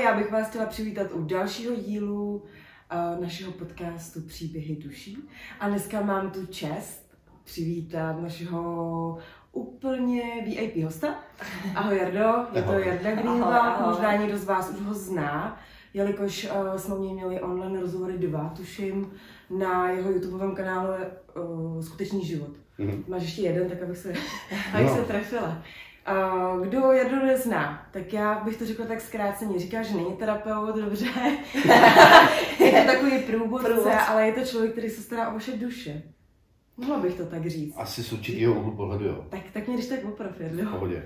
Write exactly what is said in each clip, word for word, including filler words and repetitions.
já bych vás chtěla přivítat u dalšího dílu uh, našeho podcastu Příběhy duší. A dneska mám tu čest přivítat našeho úplně V I P hosta. Ahoj Jardo, je to Jarda Greenwald, možná někdo z vás už ho zná, jelikož uh, jsme mě měli online rozhovory dva, tuším, na jeho YouTubeovém kanálu uh, Skutečný život. Mm-hmm. Máš ještě jeden, tak abych se, abych no. se trefila. Uh, kdo Jardu nezná, tak já bych to řekla tak zkráceně. Říká, že není terapeut, dobře. Je to takový průvodce, ale je to člověk, který se stará o vaše duše. Mohla bych to tak říct. Asi z určitýho úhlu pohledu, jo. Tak, tak mě když tak oprav, Jardo. V pohodě.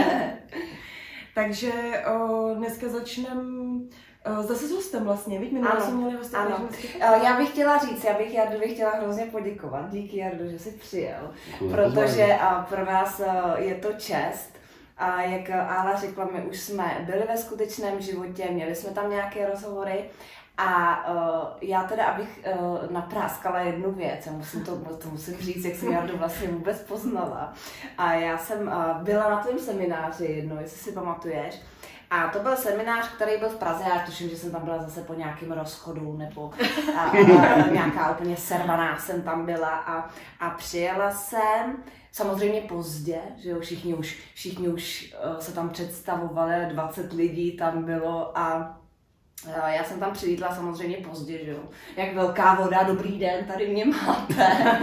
Takže o, dneska začneme zase s hostem vlastně, víš? Minulé jsme měli hosta. Ano. Já bych chtěla říct, já bych Jardovi chtěla hrozně poděkovat. Díky Jardu, že jsi přijel. Děkuji, protože a, pro nás a, je to čest. A jak Ála řekla, my už jsme byli ve skutečném životě, měli jsme tam nějaké rozhovory. A uh, já teda, abych uh, napráskala jednu věc, já musím to, to musím říct, jak jsem Jardu vlastně vůbec poznala. A já jsem uh, byla na tvém semináři jednou, jestli si pamatuješ. A to byl seminář, který byl v Praze, já tuším, že jsem tam byla zase po nějakém rozchodu, nebo a, a, nějaká úplně servaná jsem tam byla a, a přijela jsem, samozřejmě pozdě, že jo, všichni už, všichni už uh, se tam představovali, dvacet lidí tam bylo a já jsem tam přilítla samozřejmě pozdě, že jo. Jak velká voda, dobrý den, tady mě máte.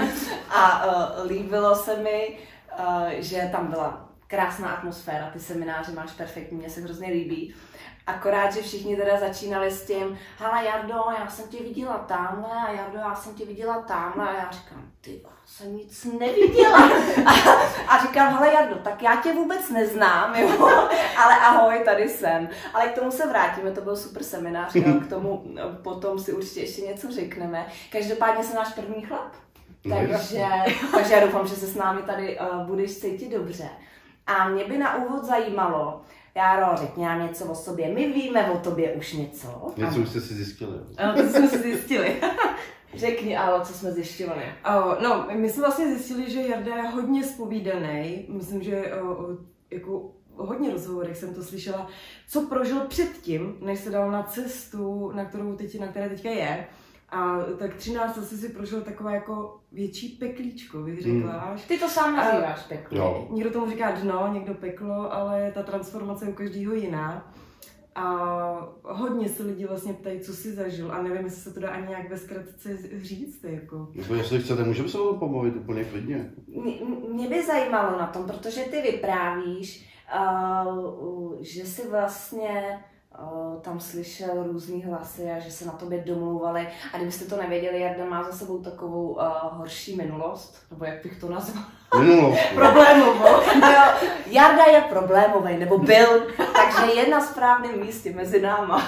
A uh, líbilo se mi, uh, že tam byla krásná atmosféra, ty semináře máš perfektní, mě se hrozně líbí. Akorát, že všichni teda začínali s tím, hele Jardo, já jsem tě viděla tamhle a Jardo, já jsem tě viděla tamhle a já říkám, ty jsem nic neviděla. A, a říkám, hele Jardo, tak já tě vůbec neznám, jo, ale ahoj, tady jsem. Ale k tomu se vrátíme, to byl super seminář, jo, k tomu potom si určitě ještě něco řekneme. Každopádně jsem náš první chlap, takže, takže já doufám, že se s námi tady uh, budeš cítit dobře. A mě by na úvod zajímalo, Járo, řekni nám něco o sobě. My víme o tobě už něco. Něco už jste si zjistili. Ano, to jsme si zjistili. Řekni, ale co jsme zjišťovali. Oh, no, my jsme vlastně zjistili, že Jarda je hodně zpovídaný. Myslím, že oh, jako hodně rozhovorech jsem to slyšela, co prožil předtím, než se dal na cestu, na kterou teď, na které teďka je. A tak třináct asi si prožil takové jako větší peklíčko, bych řekla. Hmm. Ty to sám nazýváš peklo. Jo. Někdo tomu říká dno, někdo peklo, ale ta transformace je u každého jiná. A hodně se lidi vlastně ptají, co jsi zažil a nevím, jestli se to dá ani nějak ve zkratce říct. Jako. Jako jestli chcete, můžeme se o pomluvit úplně klidně. Mě, mě by zajímalo na tom, protože ty vyprávíš, uh, že jsi vlastně uh, tam slyšel různý hlasy a že se na tobě domlouvali. A kdybyste to nevěděli, Jarda má za sebou takovou uh, horší minulost, nebo jak bych to nazval? Minulost. Problémovou. Jarda je problémový, nebo byl, takže je na správném místě mezi náma.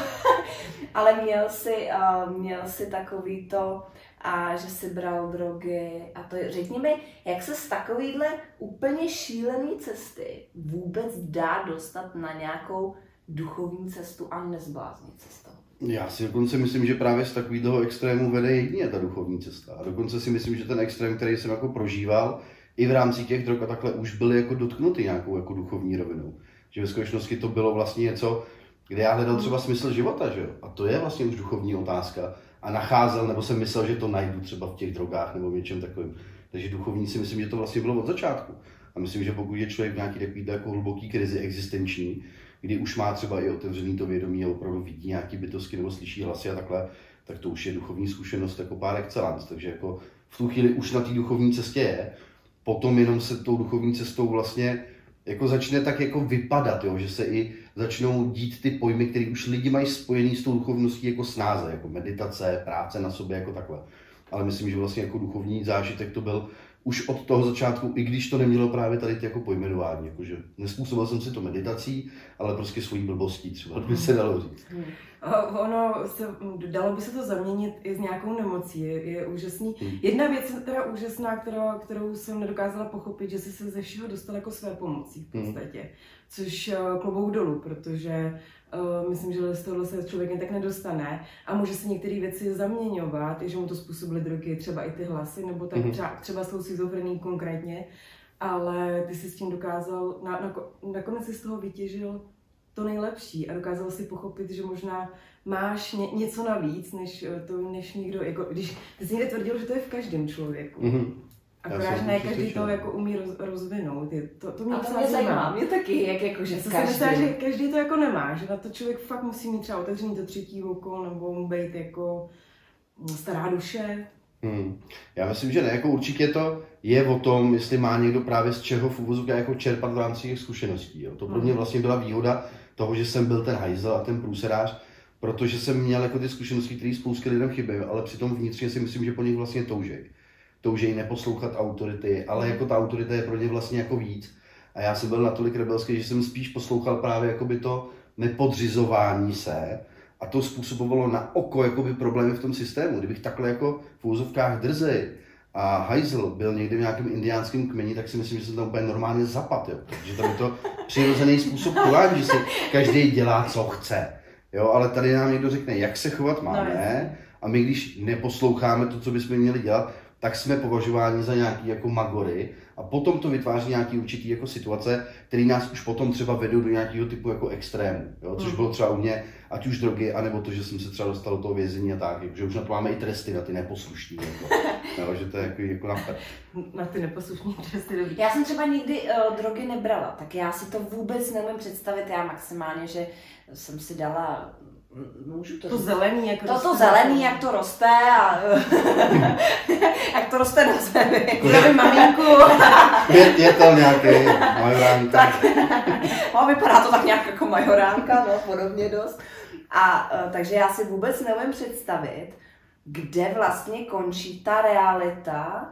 Ale měl jsi, uh, měl jsi takový to, a že jsi bral drogy a to řekni mi, jak se z takovýhle úplně šílený cesty vůbec dá dostat na nějakou duchovní cestu a nezbláznit cestu? Já si dokonce myslím, že právě z takového extrému vede jedině ta duchovní cesta. A dokonce si myslím, že ten extrém, který jsem jako prožíval, i v rámci těch drog a takhle už byl jako dotknutý nějakou jako duchovní rovinou. Že ve skutečnosti to bylo vlastně něco, kde já hledal třeba smysl života, že jo? A to je vlastně už duchovní otázka. A nacházel, nebo jsem myslel, že to najdu třeba v těch drogách nebo v něčem takovým. Takže duchovní si myslím, že to vlastně bylo od začátku. A myslím, že pokud je člověk v nějaký takový jako hluboký krizi existenční, kdy už má třeba i otevřený to vědomí a opravdu vidí nějaký bytosti nebo slyší hlasy a takhle, tak to už je duchovní zkušenost jako par excellence. Takže jako v tu chvíli už na té duchovní cestě je. Potom jenom se tou duchovní cestou vlastně jako začne tak jako vypadat, jo? Že se i začnou dít ty pojmy, které už lidi mají spojený s tou duchovností jako snáze, jako meditace, práce na sobě jako takhle. Ale myslím, že vlastně jako duchovní zážitek to byl už od toho začátku, i když to nemělo právě tady ty jako pojmenování, jakože nespůsobil jsem si to meditací, ale prostě svojí blbostí třeba, by se dalo říct. Hmm. Ono se, dalo by se to zaměnit i s nějakou nemocí, je, je úžasný. Hmm. Jedna věc je teda úžasná, kterou, kterou jsem nedokázala pochopit, že jsi se ze všeho dostal jako své pomocí v podstatě, hmm. což klobouk dolů, protože uh, myslím, že z tohohle se člověk tak nedostane a může se některé věci zaměňovat, že mu to způsobily drogy, třeba i ty hlasy, nebo tak hmm. třeba, třeba s tou schizofrenií konkrétně, ale ty jsi s tím dokázal, na, na, nakonec jsi z toho vytěžil to nejlepší a dokázal si pochopit, že možná máš ně, něco navíc, než to, než někdo, jako, když ty jsi někde tvrdil, že to je v každém člověku. Mm-hmm. Akorát ne každý to jako umí roz, rozvinout. Je to, to mě a to mě zajímá, mě taky, jak jako, že to každý. Myslím, že každý to jako nemá, že na to člověk fakt musí mít třeba otevřený to třetí oko, nebo mu být jako stará duše. Hmm. Já myslím, že ne, jako určitě to je o tom, jestli má někdo právě z čeho v úvozovkách jako čerpat v rámci těch zkušeností. Jo. To pro mě vlastně byla výhoda toho, že jsem byl ten hajzl a ten průserář, protože jsem měl jako ty zkušenosti, které spoustě lidem chybějí, ale přitom vnitřně si myslím, že po nich vlastně toužej. Toužej neposlouchat autority, ale jako ta autorita je pro ně vlastně jako víc. A já jsem byl natolik rebelský, že jsem spíš poslouchal právě jakoby to nepodřizování se, a to způsobovalo na oko jakoby problémy v tom systému. Kdybych takhle jako v úzovkách drzej a hajzl byl někde v nějakém indiánském kmeni, tak si myslím, že jsem tam úplně normálně zapad. Jo. Takže tam je to přirozený způsob chování, že si každý dělá, co chce. Jo, ale tady nám někdo řekne, jak se chovat máme, a my když neposloucháme to, co bychom měli dělat, tak jsme považováni za nějaký jako magory a potom to vytváří nějaký určitý jako situace, které nás už potom třeba vedou do nějakého typu jako extrému, jo? Což bylo třeba u mě, ať už drogy, anebo to, že jsem se třeba dostal do toho vězení a tak, že už na to máme i tresty na ty neposlušní, jako, jo? Že to je jako, jako napad. Na ty neposlušní tresty. Dobrý. Já jsem třeba nikdy uh, drogy nebrala, tak já si to vůbec neumím představit, já maximálně, že jsem si dala Můžu to, to zelený, jak to, roste. To zelený, jak to roste a jak to roste na zemi. Zdravím maminku. je, je to nějaký majoránka. Tak, no, vypadá to tak nějak jako majoránka, no, podobně dost. A takže já si vůbec neumím představit, kde vlastně končí ta realita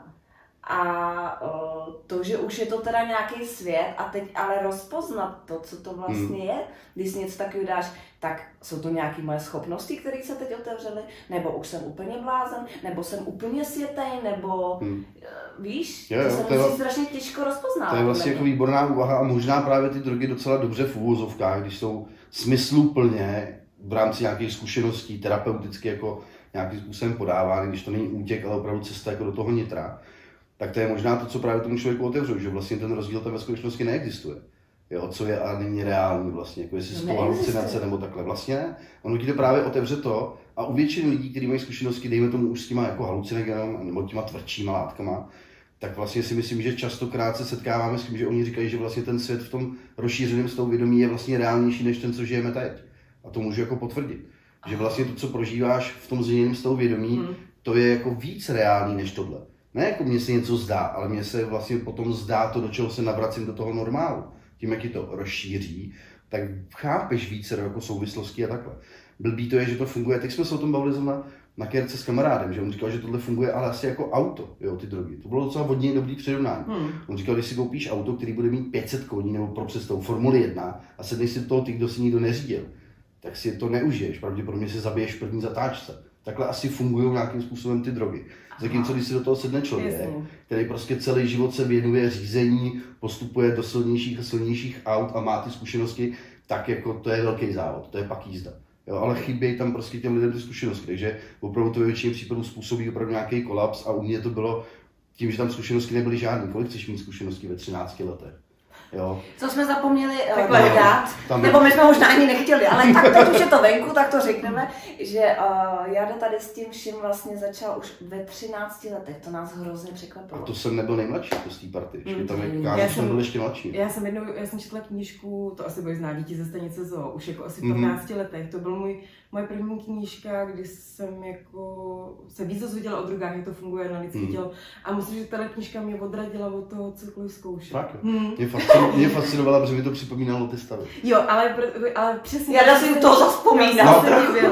a o, to, že už je to teda nějaký svět a teď ale rozpoznat to, co to vlastně hmm. je, když si něco takového dáš, tak jsou to nějaké moje schopnosti, které se teď otevřely, nebo už jsem úplně blázen, nebo jsem úplně světej, nebo hmm. víš, jo, jo, to se to musí je, strašně těžko rozpoznat. To je vlastně jako výborná úvaha a možná právě ty drogy docela dobře v uvozovkách, když jsou smysluplně v rámci nějakých zkušeností, terapeuticky jako nějakým způsobem podávány, když to není útěk, ale opravdu cesta jako do toho nitra, tak to je možná to, co právě tomu člověku otevřou, že vlastně ten rozdíl tam ve skutečnosti neexistuje. Jo, co je a není reálný vlastně, jako jestli jsou halucinace nebo takhle. Vlastně ne. Ono ti to právě otevře to a u většiny lidí, kteří mají zkušenosti, dejme tomu už s těma jako halucinogenama nebo těma tvrdšíma látkama, tak vlastně si myslím, že častokrát se setkáváme s tím, že oni říkají, že vlastně ten svět v tom rozšířeném stavu vědomí je vlastně reálnější než ten, co žijeme teď. A to můžu jako potvrdit. Že vlastně to, co prožíváš v tom změněném stavu vědomí, hmm. to je jako víc reálný než tohle. Ne jako mně se něco zdá, ale mně se vlastně potom zdá to, do čeho se navracím do toho normálu. Tím, jak ti to rozšíří, tak chápeš více jako souvislosti a takhle. Blbý to je, že to funguje. Teď jsme se o tom bavili na, na kerce s kamarádem, že on říkal, že tohle funguje ale asi jako auto, jo, ty drogy. To bylo docela hodně dobrý přirovnání. Hmm. On říkal, když si koupíš auto, který bude mít pět set koní nebo pro přestou Formuli jedna a sedneš si do toho ty, kdo si nikdo neřídil, tak si to neužiješ, pravděpodobně si zabiješ v první zatáčce. Takhle asi fungují nějakým způsobem ty drogy. Zatímco když si do toho sedne člověk, Jasně. který prostě celý život se věnuje řízení, postupuje do silnějších a silnějších aut a má ty zkušenosti, tak jako to je velký závod, to je pak jízda. Jo, ale chybějí tam prostě těm lidem ty zkušenosti, takže opravdu to ve většině případů způsobí opravdu nějaký kolaps a u mě to bylo tím, že tam zkušenosti nebyly žádný. Kolik chceš mít zkušenosti ve třinácti letech? Jo. Co jsme zapomněli uh, dát, nebo my jsme možná ani nechtěli, ale tak teď už je to venku, tak to řekneme, že uh, Jarda tady s tím vším vlastně začal už ve třinácti letech, to nás hrozně překvapilo. A to jsem nebyl nejmladší to z té party, mm, tam je, já, já jsem byl ještě mladší. Já jsem jednou, já jsem četla knížku, to asi budeš znát, Děti ze stanice Zoo, už jako asi v patnácti mm. letech, to byl můj moje první knížka, kdy jsem jako se víc dozvěděla o drogách, jak to funguje na lidský mm. tělo. A myslím, že tahle knížka mě odradila od toho cokoliv zkoušet. Tak, hmm. mě, fascino, mě fascinovala, protože mi to připomínalo ty stavy. Jo, ale, ale přesně... Já si to zavzpomínám. No,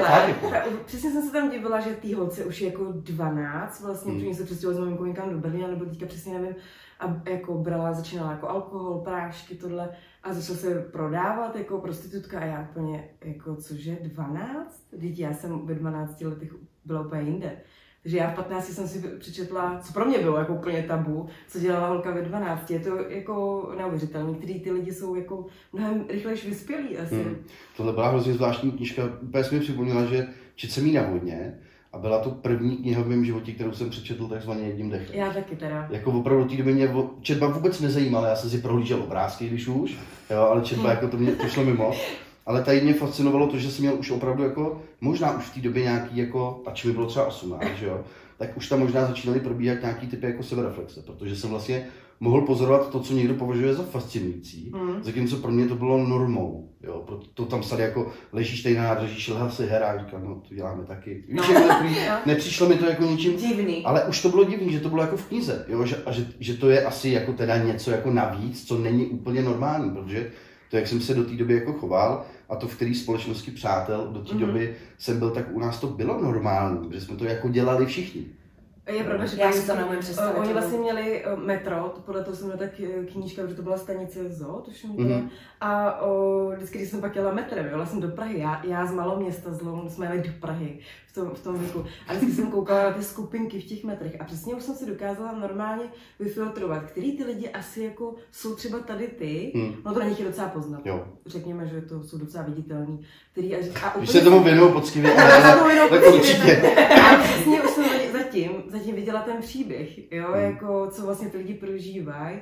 přesně jsem se tam divila, že tý holce už je jako dvanáct, vlastně, mm. protože se přestěhovala s maminkou někam do Berlína, nebo teďka přesně nevím, a jako brala, začínala jako alkohol, prášky, tohle a začala se prodávat jako prostitutka a já úplně jako cože dvanáct? Vždyť já jsem ve dvanácti letech byla úplně jinde. Takže já v patnácti jsem si přečetla, co pro mě bylo jako úplně tabu, co dělala holka ve dvanácti. Je to jako neuvěřitelné, některý ty lidi jsou jako mnohem rychlejš vyspělí asi. Hmm. Tohle byla hrozně zvláštní knížka, úplně jsem mi připomněla, že četl jsem jí na hodně. A byla to první kniha v mém životě, kterou jsem přečetl takzvaně jedním dechem. Já taky teda. Jako opravdu té doby mě četba vůbec nezajímala, já jsem si prohlížel obrázky, když už, jo, ale četba hmm. jako to mě to šlo mimo. Ale tady mě fascinovalo to, že jsem měl už opravdu jako, možná už v té době nějaký jako, ač mi bylo třeba osmnáct, že jo, tak už tam možná začínaly probíhat nějaký typy jako sebereflexe, protože jsem vlastně mohl pozorovat to, co někdo považuje za fascinující, mm. zatímco pro mě to bylo normou, jo, proto to tam tady jako ležíš tady na nádraží, šilhá si hera, říkám, no to děláme taky. Víš, no. Takový, nepřišlo mi to jako ničím divný. Ale už to bylo divný, že to bylo jako v knize, jo, že, a že, že to je asi jako teda něco jako navíc, co není úplně normální, protože to, jak jsem se do té doby jako choval a to v které společnosti přátel do té mm-hmm. doby jsem byl, tak u nás to bylo normální, protože jsme to jako dělali všichni. Je pravda, že já si to neumím představit. Oni vlastně měli metro, podle toho jsem měla tak knížka, protože to byla stanice Zoo, tuším, mm-hmm. a o, vždycky, když jsem pak jela metrem, jela jsem do Prahy, já, já z malého města, z Loun, jsme jeli do Prahy v tom, v tom věku. A vždycky jsem koukala na ty skupinky v těch metrech a přesně už jsem si dokázala normálně vyfiltrovat, který ty lidi asi jako jsou třeba tady ty, mm. no to na nich je docela poznat. Jo. Řekněme, že to jsou docela viditelný. Který až, a když se tomu věnují poctivě, tak určitě. A přesně už jsem zatím, zatím viděla ten příběh, jo, mm. jako co vlastně ty lidi prožívají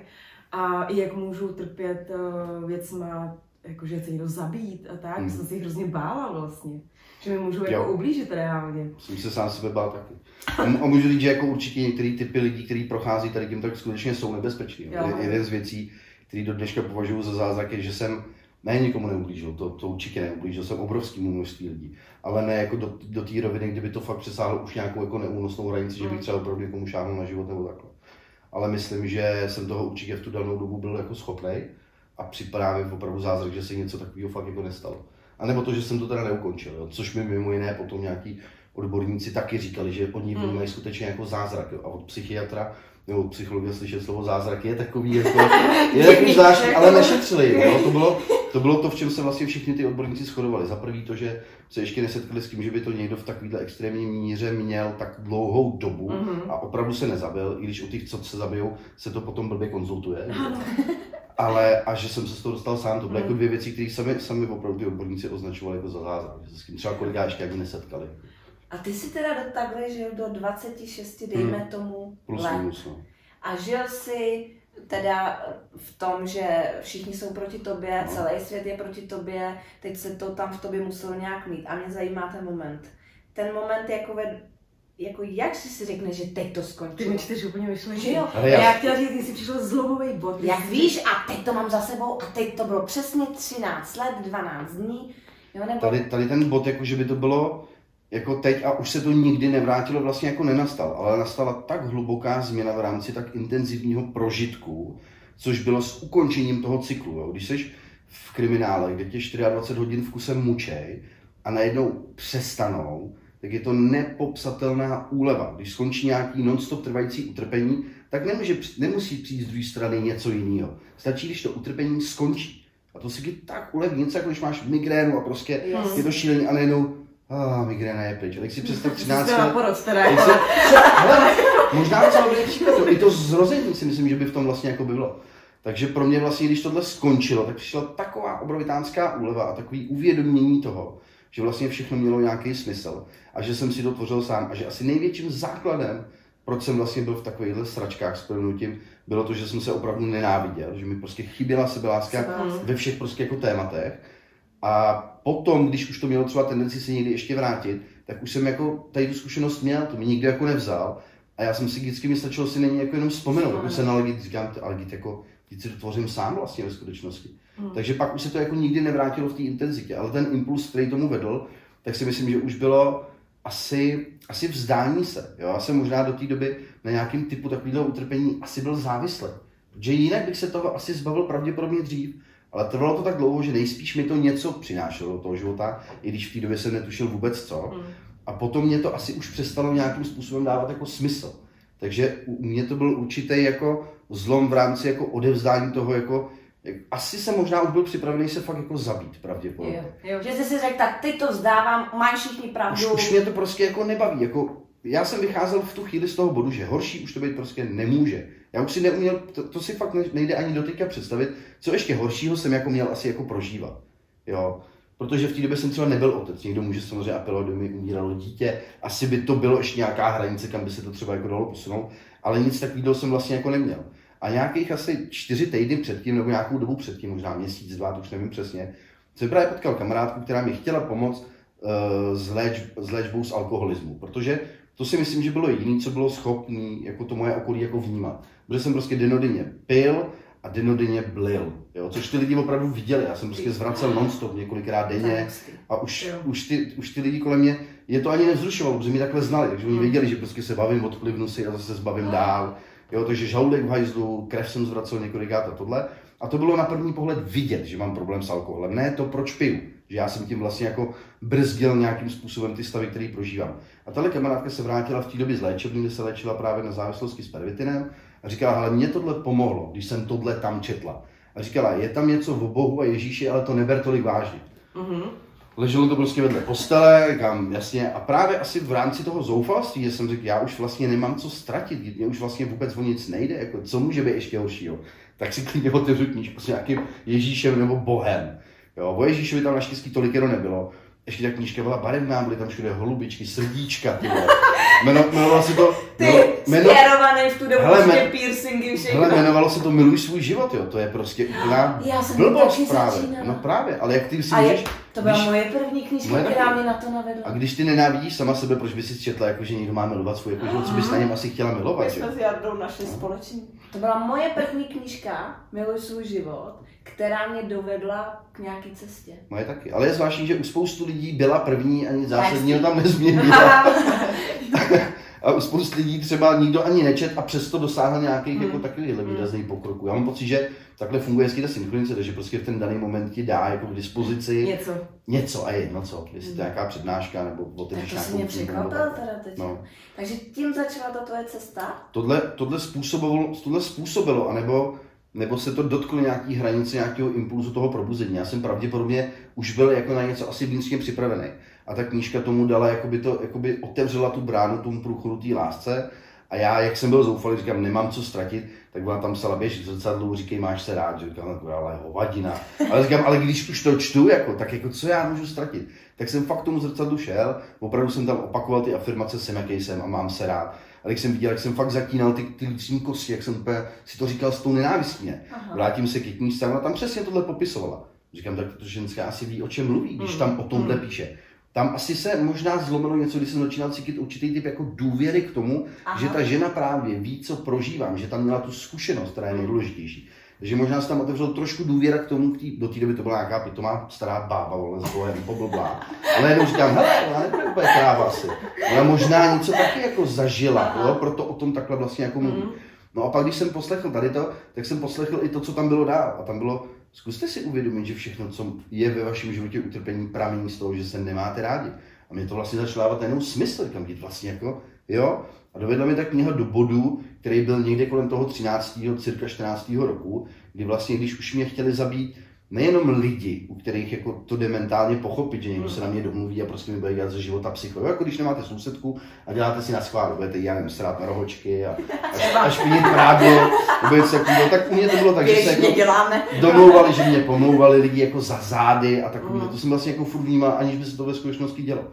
a jak můžou trpět uh, věcma, jako že chce někdo zabít a tak, mm. jsem si hrozně bála vlastně. Že mi můžou jako ublížit reálně. Jsem se sám sebe bál taky. A můžu říct, že jako určitě některé typy lidí, kteří prochází tady tím, tak skutečně jsou nebezpeční. Jeden z věcí, který do dneška považuji za zázrak, je, že jsem ne nikomu neublížil, to, to určitě neublížil, jsem obrovskému množství lidí. Ale ne jako do, do té roviny, kdyby to fakt přesáhlo už nějakou jako neúnosnou hranici, že bych třeba opravdu někomu šáhnul na život nebo takhle. Ale myslím, že jsem toho určitě v tu danou dobu byl jako schopnej a připadá mi opravdu zázrak, že se něco takového fakt jako nestalo. A nebo to, že jsem to teda neukončil, jo? Což mi mimo jiné potom nějaký odborníci taky říkali, že oni vnímají hmm. skutečně jako zázrak. Jo? A od psychiatra nebo od psychologa slyšet slovo zázrak je takový jako, je takový zvláštní, ale nešetřili. Jo? To, bylo, to bylo to, v čem se vlastně všichni ty odborníci shodovali. Za prvý to, že se ještě nesetkali s tím, že by to někdo v takovýhle extrémní míře měl tak dlouhou dobu mm-hmm. a opravdu se nezabil, i když u těch, co se zabijou, se to potom blbě konzultuje. Ale a že jsem se z toho dostal sám, to byly mm. jako dvě věci, které sami, sami opravdu ty odborníci označovali jako za zázrak, že se s tím třeba kolega ještě ani nesetkali. A ty jsi teda do takhle žil do dvaceti šesti, dejme hmm. tomu, plus let. Minus, no. A žil jsi teda v tom, že všichni jsou proti tobě, no. celý svět je proti tobě, teď se to tam v tobě muselo nějak mít. A mě zajímá ten moment. Ten moment jako ve, jako jak si si řekne, že teď to skončilo? Ty mi čteš úplně myšlení. Jo. A já chtěla říct, ty jsi přišel zlomový bod. Jak víš, a teď to mám za sebou a teď to bylo přesně třináct let, dvanáct dní. Jo, nebo... tady, tady ten bod, jako že by to bylo jako teď a už se to nikdy nevrátilo, vlastně jako nenastal, ale nastala tak hluboká změna v rámci tak intenzivního prožitku, což bylo s ukončením toho cyklu. Jo. Když jsi v kriminále, kde tě dvacet čtyři hodin v kuse mučej a najednou přestanou, tak je to nepopsatelná úleva. Když skončí nějaký non-stop trvající utrpení, tak nemůže, nemusí přijít z druhé strany něco jiného. Stačí, když to utrpení skončí. A to si tak uleví, něco jako když máš migrénu a prostě yes. je to šílení a najednou ah, migréna je pryč. A tak si představ třináct let. Možná docela dobrý příklad. I to zrození si myslím, že by v tom vlastně jako by bylo. Takže pro mě vlastně, když tohle skončilo, tak přišla taková obrovitánská úleva a takový uvědomění toho, že vlastně všechno mělo nějaký smysl a že jsem si to tvořil sám a že asi největším základem, proč jsem vlastně byl v takovýchhle sračkách s prominutím, bylo to, že jsem se opravdu nenáviděl, že mi prostě chyběla sebeláska ve všech prostě jako tématech. A potom, když už to mělo třeba tendenci se někdy ještě vrátit, tak už jsem jako tady tu zkušenost měl, to mi nikdy jako nevzal. A já jsem si vždycky mi stačilo si není jako jenom vzpomenout, jako se na legit říkám, ale jako teď si to tvořím sám vlastně ve skutečnosti. Hmm. Takže pak už se to jako nikdy nevrátilo v té intenzitě, ale ten impuls, který tomu vedl, tak si myslím, že už bylo asi, asi vzdání se. Jo? Já jsem možná do té doby na nějakém typu takového utrpení asi byl závislý. Protože jinak bych se toho asi zbavil pravděpodobně dřív, ale trvalo to tak dlouho, že nejspíš mi to něco přinášelo do toho života, i když v té době jsem netušil vůbec co. Hmm. A potom mě to asi už přestalo nějakým způsobem dávat jako smysl. Takže u mě to byl určitý jako zlom v rámci jako odevzdání toho jako, jak, asi jsem možná už byl připravený se fakt jako zabít pravděpodobně. Jo, jo. Že jsi si řekl, tak teď to vzdávám, mají všichni pravdu. Už, už mě to prostě jako nebaví. Jako, já jsem vycházel v tu chvíli z toho bodu, že horší už to být prostě nemůže. Já už si neuměl, to, to si fakt nejde ani do teďka představit, co ještě horšího jsem jako měl asi jako prožívat. Jo. Protože v té době jsem třeba nebyl otec, někdo může samozřejmě apelovat, kdyby mi umíralo dítě, asi by to bylo ještě nějaká hranice, kam by se to třeba jako dalo posunout, ale nic takového jsem vlastně jako neměl. A nějakých asi čtyři týdny předtím, nebo nějakou dobu předtím, možná měsíc, dva, to už nevím přesně, jsem právě potkal kamarádku, která mi chtěla pomoct uh, s, léč, s léčbou z alkoholismu, protože to si myslím, že bylo jediné, co bylo schopný jako to moje okolí jako vnímat. Protože jsem prostě denodenně pil a denodenně blil, jo? Což ty lidi opravdu viděli. Já jsem prostě zvracel non-stop několikrát denně a už, už, ty, už ty lidi kolem mě, je to ani nevzrušovalo, protože mě takhle znali, takže oni věděli, že prostě se bavím, odplivnu si a zase se zbavím dál. Jo? Takže žaludek v hajzlu, krev jsem zvracel několikrát a tohle. A to bylo na první pohled vidět, že mám problém s alkoholem. Ne to, proč piju. Že já jsem tím vlastně jako brzdil nějakým způsobem ty stavy, které prožívám. A tahle kamarádka se vrátila v té době z léčebny, kde se léčila právě na závislosti s pervitinem a říkala, ale mě tohle pomohlo, když jsem tohle tam četla. A říkala, je tam něco o Bohu a Ježíši, ale to neber tolik vážně. Mm-hmm. Leželo to prostě vedle postele, říkám, jasně, a právě asi v rámci toho zoufalství, že jsem řekl, já už vlastně nemám co ztratit, mě už vlastně vůbec o nic nejde, jako co může být ještě horšího. Tak si klidně otevřu knížku s nějakým Ježíšem nebo Bohem. Jo, o Ježíšovi tam naštěstí tolik jenom nebylo. Ještě ta knížka byla barevná, byly tam všude holubičky, srdíčka, ty vole. Jmeno, jmenovalo se to... Ty, jmeno, směrovaný v tu dobu, hele, piercingy, všechno. Hele, jmenovalo se to Miluj svůj život, jo, to je prostě úplná blbost právě. No právě, ale jak ty si a můžeš... Je, to byla když, moje první knížka, která mě na to navedla. A když ty nenávidíš sama sebe, proč bys si četla, jako, že někdo má milovat svůj jako život, co bys na něm asi chtěla milovat, my jsme s Jardou našli no. společný. To byla moje první knížka, Miluj svůj život, která mě dovedla k nějaký cestě. Moje taky, ale je zvláštní, že u spoustu lidí byla první a nic zásadního tam nezměnila. A u spoustu lidí třeba nikdo ani nečet a přesto dosáhl nějakých hmm. jako takovýchhle výrazných pokroků. Já mám pocit, že takhle funguje hezky ta synchronizace, že prostě v ten daný moment ti dá jako k dispozici něco, něco a jedno co, jestli to je nějaká přednáška nebo otevřeš nějakou knihu. To si mě překvapil teda teď. No. Takže tím začala ta tvoje cesta? Tohle, tohle, způsobilo, tohle způsobilo, anebo nebo se to dotklo nějaký hranice, nějakého impulzu toho probuzení. Já jsem pravděpodobně už byl jako na něco asi vnitřně připravený. A ta knížka tomu dala, jakoby to, jakoby otevřela tu bránu tomu průchodu té lásce. A já, jak jsem byl zoufalý, říkám, nemám co ztratit, tak byla tam psala, běž v zrcadlu, říkej, máš se rád, že říkám, ale hovadina. Ale říkám, ale když už to čtu, jako, tak jako co já můžu ztratit? Tak jsem fakt k tomu zrcadlu šel, opravdu jsem tam opakoval ty afirmace, jsem jaký jsem a mám se rád. A když jsem viděl, jak jsem fakt zatínal ty, ty vnitřní kosti, jak jsem úplně si to říkal s tou nenávistí. Vrátím se k knížce a tam přesně tohle popisovala. Říkám, tak to ženská asi ví, o čem mluví, když tam o tomhle píše. Tam asi se možná zlomilo něco, když jsem začínal cítit určitý typ jako důvěry k tomu, Aha. že ta žena právě ví, co prožívám, že tam měla tu zkušenost, která je nejdůležitější. Takže možná se tam otevřel trošku důvěra k tomu, tý, do té doby to byla nějaká pitomá stará bába, vole, s bohem, poblblá. Ale jenom říkám, hele, ona nebude úplně kráva asi. Ona možná něco taky jako zažila, jo? Proto o tom takhle vlastně jako mluví. No a pak, když jsem poslechl tady to, tak jsem poslechl i to, co tam bylo dál. A tam bylo, zkuste si uvědomit, že všechno, co je ve vašem životě utrpení, pramení z toho, že se nemáte rádi. A mě to vlastně začalo dávat jenom smysl, říkám, že vlastně jako, jo. A dovedla mi ta kniha do bodu, který byl někde kolem toho třináctého cirka čtrnáctého roku, kdy vlastně, když už mě chtěli zabít nejenom lidi, u kterých jako to jde mentálně pochopit, že někdo se na mě domluví a prostě mi bude dělat ze života psycho. Jako když nemáte sousedku a děláte si na schvál, budete já nevím, srát na rohočky a, a, a špinit prádlo, nebo něco takového. Tak u mě to bylo tak, že se jako domlouvali, že mě pomlouvali lidi jako za zády a takový. Mm. To jsem vlastně jako furt vnímal, aniž by se to ve skutečnosti dělo.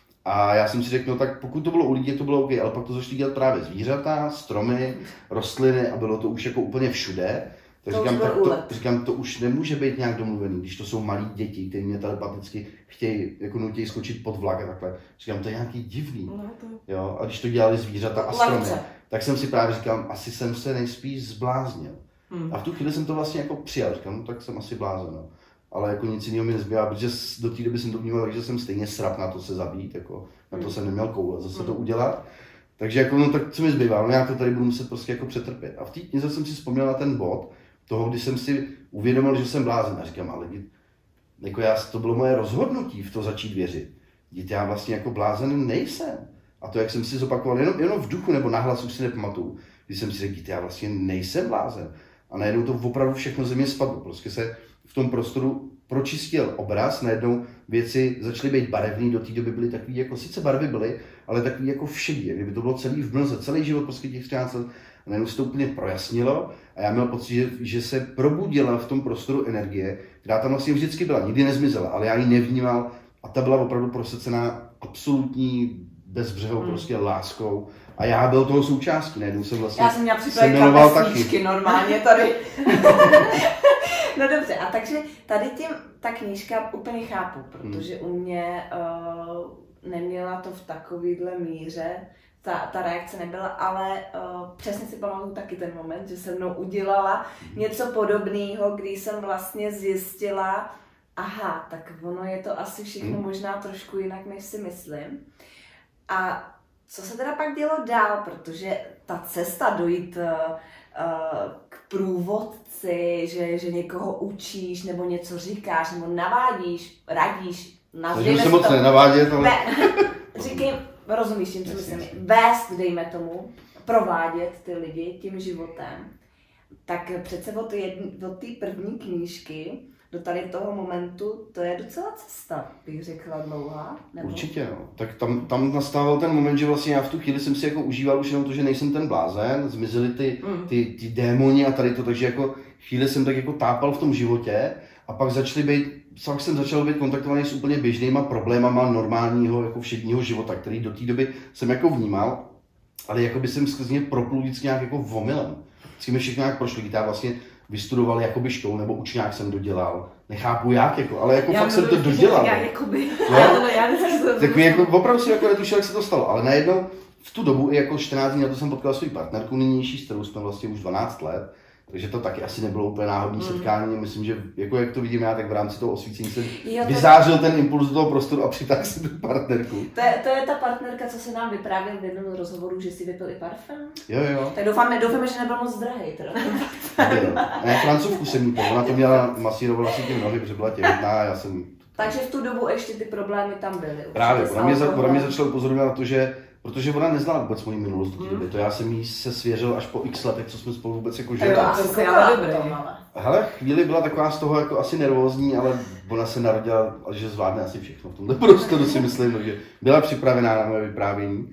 A já jsem si řekl, no tak pokud to bylo u lidí, to bylo OK, ale pak to začali dělat právě zvířata, stromy, rostliny a bylo to už jako úplně všude. Tak to říkám, tak to, říkám, to už nemůže být nějak domluvený, když to jsou malí děti, kteří mě telepaticky chtějí, jako nutějí skočit pod vlak a takhle. Říkám, to je nějaký divný. No, to... Jo, a když to dělali zvířata a stromy, tak jsem si právě říkal, asi jsem se nejspíš zbláznil. Hmm. A v tu chvíli jsem to vlastně jako přijal, říkám, no tak jsem asi blázen. No. Ale jako nic jiného mi nezbývá, protože do té doby jsem to vnímal, takže jsem stejně srap na to se zabít, jako, na to jsem neměl koule zase hmm. to udělat. Takže jako, no tak co mi zbývá, no já to tady budu muset prostě jako přetrpět. A v té knize jsem si vzpomněl na ten bod, toho, když jsem si uvědomil, že jsem blázen. A říkám, ale jako já, to bylo moje rozhodnutí v to začít věřit. Dít, já vlastně jako blázen nejsem. A to, jak jsem si zopakoval, jenom, jenom v duchu nebo nahlas už si nepamatuju, když jsem si řekl, dít, já vlastně nejsem blázen. A najednou to opravdu všechno ze mě spadlo. Prostě se v tom prostoru pročistil obraz, najednou věci začaly být barevné, do té doby byly takový, jako sice barvy byly, ale takový jako všedí, kdyby to bylo celý v mlze, celý život prostě těch třináct let. A najednou se to úplně projasnilo a já měl pocit, že, že se probudila v tom prostoru energie, která tam vlastně vždycky byla, nikdy nezmizela, ale já ji nevnímal a ta byla opravdu prosecená absolutní bezbřehou hmm. prostě láskou a já byl toho součástí, najednou jsem vlastně já jsem měla připravit kapesníčky normálně tady. No dobře, a takže tady tím ta knížka úplně chápu, protože u mě uh, neměla to v takovýhle míře, ta, ta reakce nebyla, ale uh, přesně si pamatuju taky ten moment, že se mnou udělala něco podobného, když jsem vlastně zjistila, aha, tak ono je to asi všechno možná trošku jinak, než si myslím. A co se teda pak dělo dál, protože ta cesta dojít uh, uh, k průvodci, že, že někoho učíš, nebo něco říkáš, nebo navádíš, radíš, nazvíme se moc nenavádět, ale... Ne, říkej, rozumíš tím, co myslím, vést, dejme tomu, provádět ty lidi tím životem, tak přece od té první knížky do tady toho momentu, to je docela cesta, bych řekla, dlouhá. Nebo? Určitě, no. Tak tam, tam nastával ten moment, že vlastně já v tu chvíli jsem si jako užíval už jenom to, že nejsem ten blázen, zmizely ty, mm. ty, ty démoni a tady to, takže jako chvíli jsem tak jako tápal v tom životě a pak začaly být, pak jsem začal být kontaktovaný s úplně běžnýma problémama normálního, jako všedního života, který do té doby jsem jako vnímal, ale jako by jsem skrz ně proplul vždycky nějak jako omylem. Vždycky mi všechno nějak prošlo, já vlastně vystudoval jakoby školu, nebo učňák jsem dodělal. Nechápu jak, jako, ale jako já fakt jsem to dodělal. Já jakoby. No? já tak mi jako opravdu si jako netušil, jak se to stalo, ale najednou v tu dobu i jako čtrnáct dní na to jsem potkal svou partnerku nynější, s kterou jsme vlastně už dvanáct let. Takže to taky asi nebylo úplně náhodné mm. setkání. Myslím, že jako jak to vidím já, tak v rámci toho osvícení jsem jo, to... vyzářil ten impuls do toho prostoru a přitáhl jsem tu partnerku. To je, to je ta partnerka, co se nám vyprávěl v jednom rozhovoru, že si vypil i parfém? Jo, jo. Tak doufáme, doufáme, že nebyl moc drahý teda. Ne, Francouzku jsem jí pil, ona to měla, masírovala si tím nohy, protože byla těhotná a já jsem... Takže v tu dobu ještě ty problémy tam byly. Právě, ona mě, za, ona mě začala upozorňovat na to, že protože ona neznala vůbec moji minulost do té doby, to já jsem jí se svěřil až po x letech, co jsme spolu vůbec jako žili. To je ale dobré. Hele, chvíli byla taková z toho jako asi nervózní, ale ona se narodila, že zvládne asi všechno v tomhle prostoru, si myslím, že byla připravená na moje vyprávění.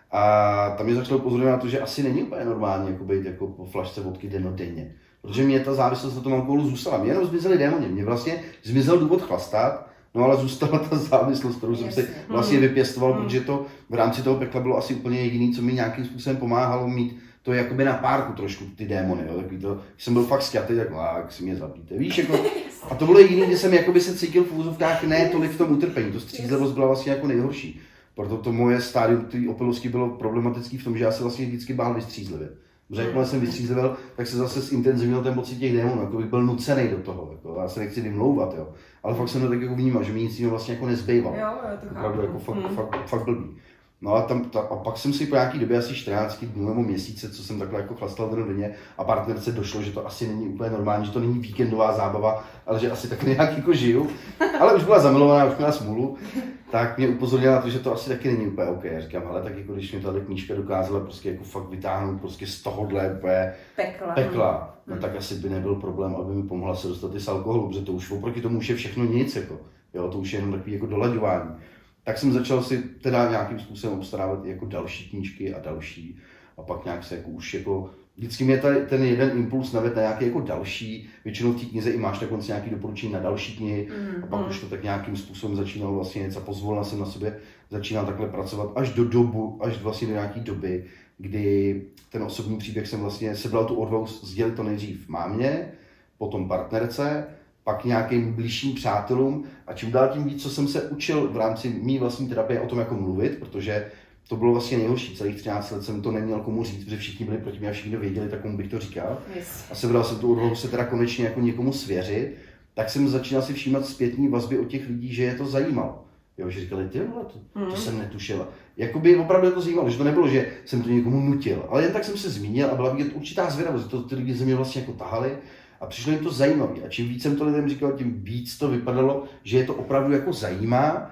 A tam mě začalo upozorňovat na to, že asi není úplně normální jako být jako po flašce vodky dennodenně. Protože mě ta závislost na tom alkoholu zůstala. Mě jenom zmizely démoni, mě vlastně zmizel důvod chlastat. No ale zůstala ta závislost, kterou jsem si vlastně vypěstoval, hmm. protože to v rámci toho pekla bylo asi úplně jediné, co mi nějakým způsobem pomáhalo mít to jakoby na párku trošku ty démony, jo, takový to, když jsem byl fakt sťatý, tak jak si mě zapíte, víš, jako, a to bylo jediné, kdy jsem jakoby se cítil v úzovkách ne tolik v tom utrpení, to střízlivost byla vlastně jako nejhorší, proto to moje stádium té opilosti bylo problematické v tom, že já se vlastně vždycky bál vystřízlivět. Protože jakmile jsem vystřízlivěl, tak se zase zintenzivnil ten pocit těch démonů, jako bych byl nucený do toho, jako, já se nechci vymlouvat, jo. Ale fakt jsem to tak jako vnímal, že mi nic jiného vlastně jako nezbývalo. Jo, jo, to opravdu jako fakt, mm. fakt, fakt blbý. No a, tam, ta, a pak jsem si po nějaký době, asi čtrnáct dnů nebo měsíce, co jsem takhle jako chlastal denně a partnerce došlo, že to asi není úplně normální, že to není víkendová zábava, ale že asi takhle nějak jako žiju. Ale už byla zamilovaná, už měla smůlu, tak mě upozornila na to, že to asi taky není úplně OK. Já říkám, hele, tak jako když mi tahle knížka dokázala prostě jako fakt vytáhnout prostě z tohohle úplně pekla, pekla no tak asi by nebyl problém, aby mi pomohla se dostat i z alkoholu, protože to už oproti tomu už je všechno nic, jako, jo, to už je jenom takový jako dolaďování. Tak jsem začal si teda nějakým způsobem obstarávat jako další knížky a další a pak nějak se jako už jako vždycky mě tady ten jeden impuls navedl na nějaký jako další, většinou v té knize i máš dokonce nějaké doporučení na další knihy mm, a pak mm. už to tak nějakým způsobem začínalo vlastně něco a pozvolna jsem na sobě začínal takhle pracovat až do dobu, až vlastně do nějaké doby, kdy ten osobní příběh jsem vlastně sebral tu odvahu sdělit to nejdřív mámě, potom partnerce, pak nějakým blížším přátelům a čím dál tím víc, co jsem se učil v rámci mý vlastní terapie o tom, jako mluvit, protože to bylo vlastně nejhorší, celých třináct let jsem to neměl komu říct, protože všichni byli proti mě a všichni věděli, tak komu bych to říkal. Yes. A sebral jsem tu odvahu se teda konečně jako někomu svěřit, tak jsem začínal si všímat zpětní vazby od těch lidí, že je to zajímalo. Jo, že říkali, ty vole, to, mm. to jsem netušila. Jakoby opravdu to zajímalo, že to nebylo, že jsem to někomu nutil, ale jen tak jsem se zmínil a byla vidět určitá zvědavost, to ty lidi ze mě vlastně jako tahali. A přišlo jim to zajímavé. A čím víc jsem to lidem říkal, tím víc to vypadalo, že je to opravdu jako zajímá.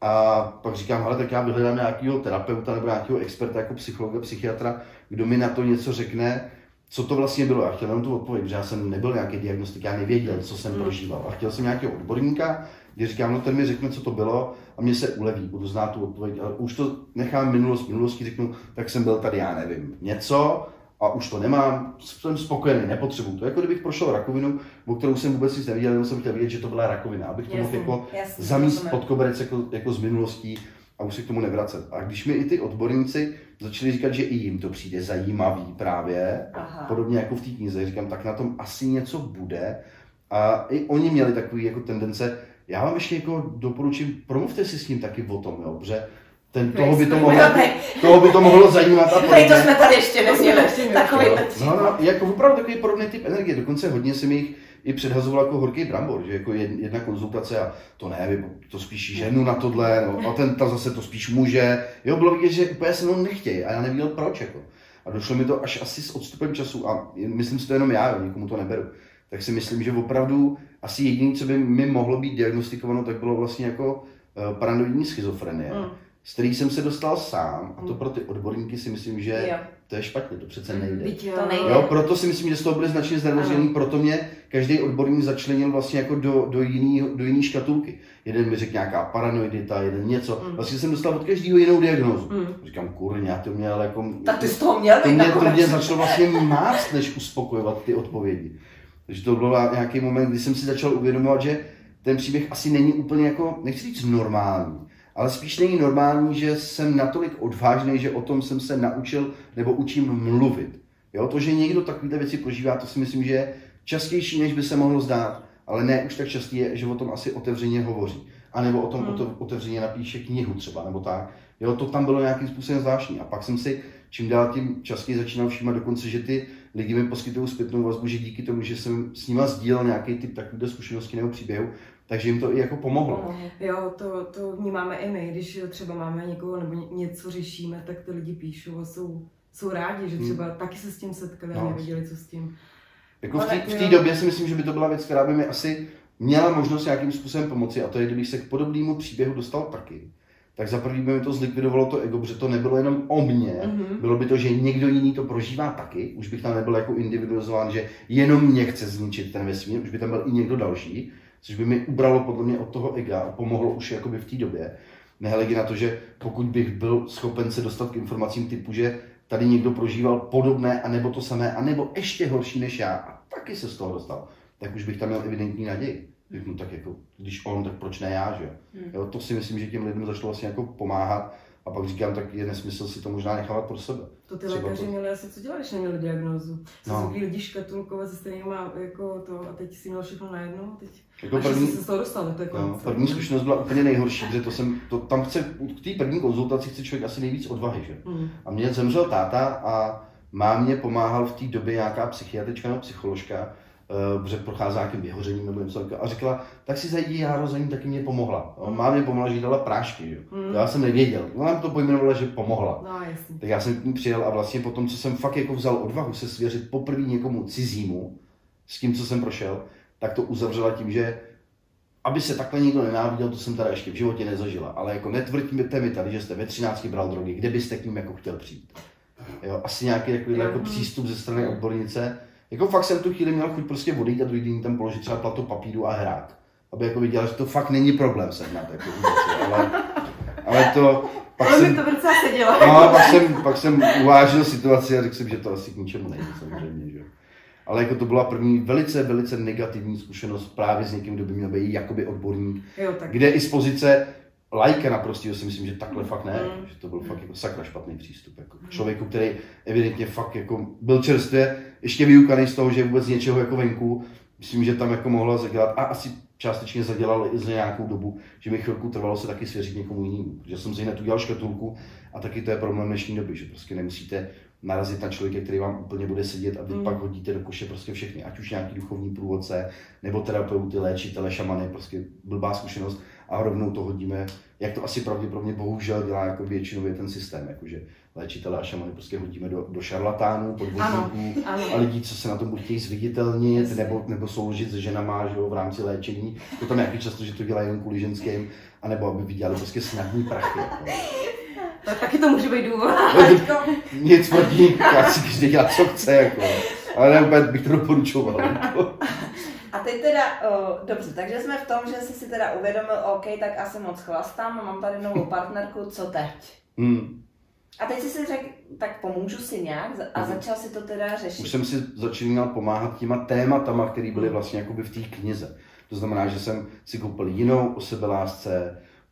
A pak říkám, hele, tak já vyhledám nějakého terapeuta nebo nějakého experta jako psychologa, psychiatra, kdo mi na to něco řekne, co to vlastně bylo. Já chtěl jenom tu odpověď, protože já jsem nebyl nějaký diagnostik, já nevěděl, co jsem prožíval. A chtěl jsem nějakého odborníka, kde říkám, no ten mi řekne, co to bylo a mě se uleví, budu znát tu odpověď. Ale už to nechám minulost, minulosti řeknu, tak jsem byl tady, já nevím, něco, a už to nemám, jsem spokojený, nepotřebuju to. Jako kdybych prošel rakovinu, o kterou jsem vůbec nic neviděl, jenom jsem chtěl vidět, že to byla rakovina, abych to mohl jako zamíst pod koberec jako, jako z minulostí a už se k tomu nevracet. A když mi i ty odborníci začali říkat, že i jim to přijde zajímavý právě, Aha. podobně jako v té knize, říkám, tak na tom asi něco bude. A i oni měli takový jako tendence, já vám ještě jako doporučím, promluvte si s ním taky o tom, jo, protože ten, toho, by to mohlo, toho by to mohlo zajímat a podobně. To jsme tady ještě neměli, takový no, no, jako opravdu takový podobný typ energie, dokonce hodně jsem jich i předhazoval jako horký brambor, že jako jedna konzultace a to ne, to spíš ženu na tohle, no, a ten ta zase to spíš muže, jo, bylo vidět, že úplně se mnou nechtějí a já nevěděl proč, jako. A došlo mi to až asi s odstupem času a myslím si to jenom já, jo, nikomu to neberu. Tak si myslím, že opravdu asi jediné, co by mi mohlo být diagnostikováno, tak bylo vlastně jako uh, paranoidní schizofrenie, mm. z který jsem se dostal sám a to pro ty odborníky si myslím, že jo. To je špatně, to přece nejde. To nejde. Jo, proto si myslím, že z toho byli značně znervozněný, proto mě každý odborník začlenil vlastně jako do, do, jiný, do jiný škatulky. Jeden mi řekl nějaká paranoidita, jeden něco. Mm. Vlastně jsem dostal od každého jinou diagnózu. Mm. Říkám, kurně, já to měl jako... Tak ty z toho měl to mě, to mě začalo vlastně mást, než uspokojovat ty odpovědi. Takže to byl nějaký moment, kdy jsem si začal uvědomovat, že ten příběh asi není úplně jako, nechci říct normální, ale spíš není normální, že jsem natolik odvážný, že o tom jsem se naučil nebo učím mluvit. Jo, to, že někdo takovýhle věci prožívá, to si myslím, že je častější, než by se mohlo zdát, ale ne už tak častý je, že o tom asi otevřeně hovoří. A nebo o tom hmm. otevřeně napíše knihu třeba, nebo tak. Jo, to tam bylo nějakým způsobem zvláštní. A pak jsem si čím dál tím častěji začínal všímat dokonce, že ty lidi mi poskytují zpětnou vazbu, že díky tomu, že jsem s nima sdílel nějaký typ takovýhle zkušenosti nebo příběhu, takže jim to i jako pomohlo. Jo, to, to vnímáme i my, když třeba máme někoho nebo něco řešíme, tak ty lidi píšou a jsou, jsou rádi, že třeba hmm. taky se s tím setkali a no. nevěděli, co s tím. Jako v té době si myslím, že by to byla věc, která by mi asi měla možnost nějakým způsobem pomoci, a to je, kdybych se k podobnému příběhu dostal taky. Tak za první by mi to zlikvidovalo to ego, protože to nebylo jenom o mně, mm-hmm. bylo by to, že někdo jiný to prožívá taky, už bych tam nebyl jako individualizován, že jenom mě chce zničit ten vesmír, už by tam byl i někdo další, což by mi ubralo podle mě od toho ega a pomohlo už jakoby v té době. Nehledě na to, že pokud bych byl schopen se dostat k informacím typu, že tady někdo prožíval podobné, anebo to samé, anebo ještě horší než já a taky se z toho dostal, tak už bych tam měl evidentní naději. No tak jako, když on, tak proč ne já, že hmm. jo? To si myslím, že těm lidem začalo vlastně jako pomáhat a pak říkám, tak je nesmysl si to možná nechávat pro sebe. To ty lékaři to... měli asi co dělat, když neměli diagnózu. Jsou no. takový lidi škatulkovat se stejnýma jako to a teď si měl všechno najednou, teď jako první, se z toho dostal, to je no, první zkušenost byla úplně nejhorší, protože to jsem, to, tam chce, k té první konzultaci chce člověk asi nejvíc odvahy, že? Hmm. A mě zemřel táta a mámě pomáhal v té době nějaká psychiatrička nebo psycholožka, protože prochází nějakým vyhořením nebo něco a říkala, tak si zajdi járo, za ní taky mě pomohla. Mm. Má mě pomohla, že jí dala prášky, že? Mm. To já jsem nevěděl. Ona to pojmenovala, že pomohla. No, jasný. Tak já jsem k ní přijel a vlastně po tom, co jsem fakt jako vzal odvahu se svěřit poprvé někomu cizímu, s tím, co jsem prošel, tak to uzavřela tím, že aby se takhle nikdo nenáviděl, to jsem teda ještě v životě nezažila. Ale jako netvrďte mi tady, že jste ve třinácti bral drogy, kde byste k ním jako chtěl přijít. Jo, asi nějaký takový jako přístup ze strany odbornice. Jako fakt jsem tu chvíli měl chuť prostě odejít a druhý den tam položit třeba plato papíru a hrát. Aby jako viděla, že to fakt není problém sehnat, jako věci, ale, ale to... Pak ale jsem, to vrcá seděla. No, pak jsem, pak jsem uvážil situaci a řekl jsem, že to asi k ničemu nejde samozřejmě, že? Ale jako to byla první velice, velice negativní zkušenost právě s někým, kdo by měl být jakoby odborník, jo, tak. Kde i z pozice lajka naprostýho si myslím, že takhle fakt ne, mm. že to byl fakt jako sakra špatný přístup. Jako mm. člověku, který evidentně fakt jako byl čerstvě, ještě vyukaný z toho, že vůbec něčeho jako venku, myslím, že tam jako mohla zadělat a asi částečně zadělal i za nějakou dobu, že mi chvilku trvalo se taky svěřit někomu jinému. Protože jsem si hned udělal škatulku a taky to je problém dnešní doby, že prostě nemusíte narazit na člověka, který vám úplně bude sedět a vy mm. pak hodíte do koše prostě všechny, ať už nějaký duchovní průvodce, nebo terapeuty, léčitele, šamany, prostě blbá zkušenost a rovnou to hodíme, jak to asi pravděpodobně bohužel dělá jako většinově ten systém, jakože léčitele a šamany prostě hodíme do, do šarlatánů, podvodníků a lidí, co se na tom buď chtějí zviditelnit, nebo, nebo souložit se ženama, že jo, v rámci léčení. To tam nějaký často, že to dělají jen kvůli ženským, anebo aby vydělali prostě snadný prachy. Jako. Tak taky to může být důvod. Nic proti, já si každý dělá, co chce, jako. Ale ne, bych to doporučoval. Jako. A teď teda, o, dobře, takže jsme v tom, že jsi si teda uvědomil, OK, tak asi moc chlastám a mám tady novou partnerku, co teď? Hmm. A teď jsi si řekl, tak pomůžu si nějak a hmm. začal si to teda řešit. Už jsem si začínal pomáhat těma tématama, které byly vlastně jakoby v té knize. To znamená, že jsem si koupil jinou o sebelásce,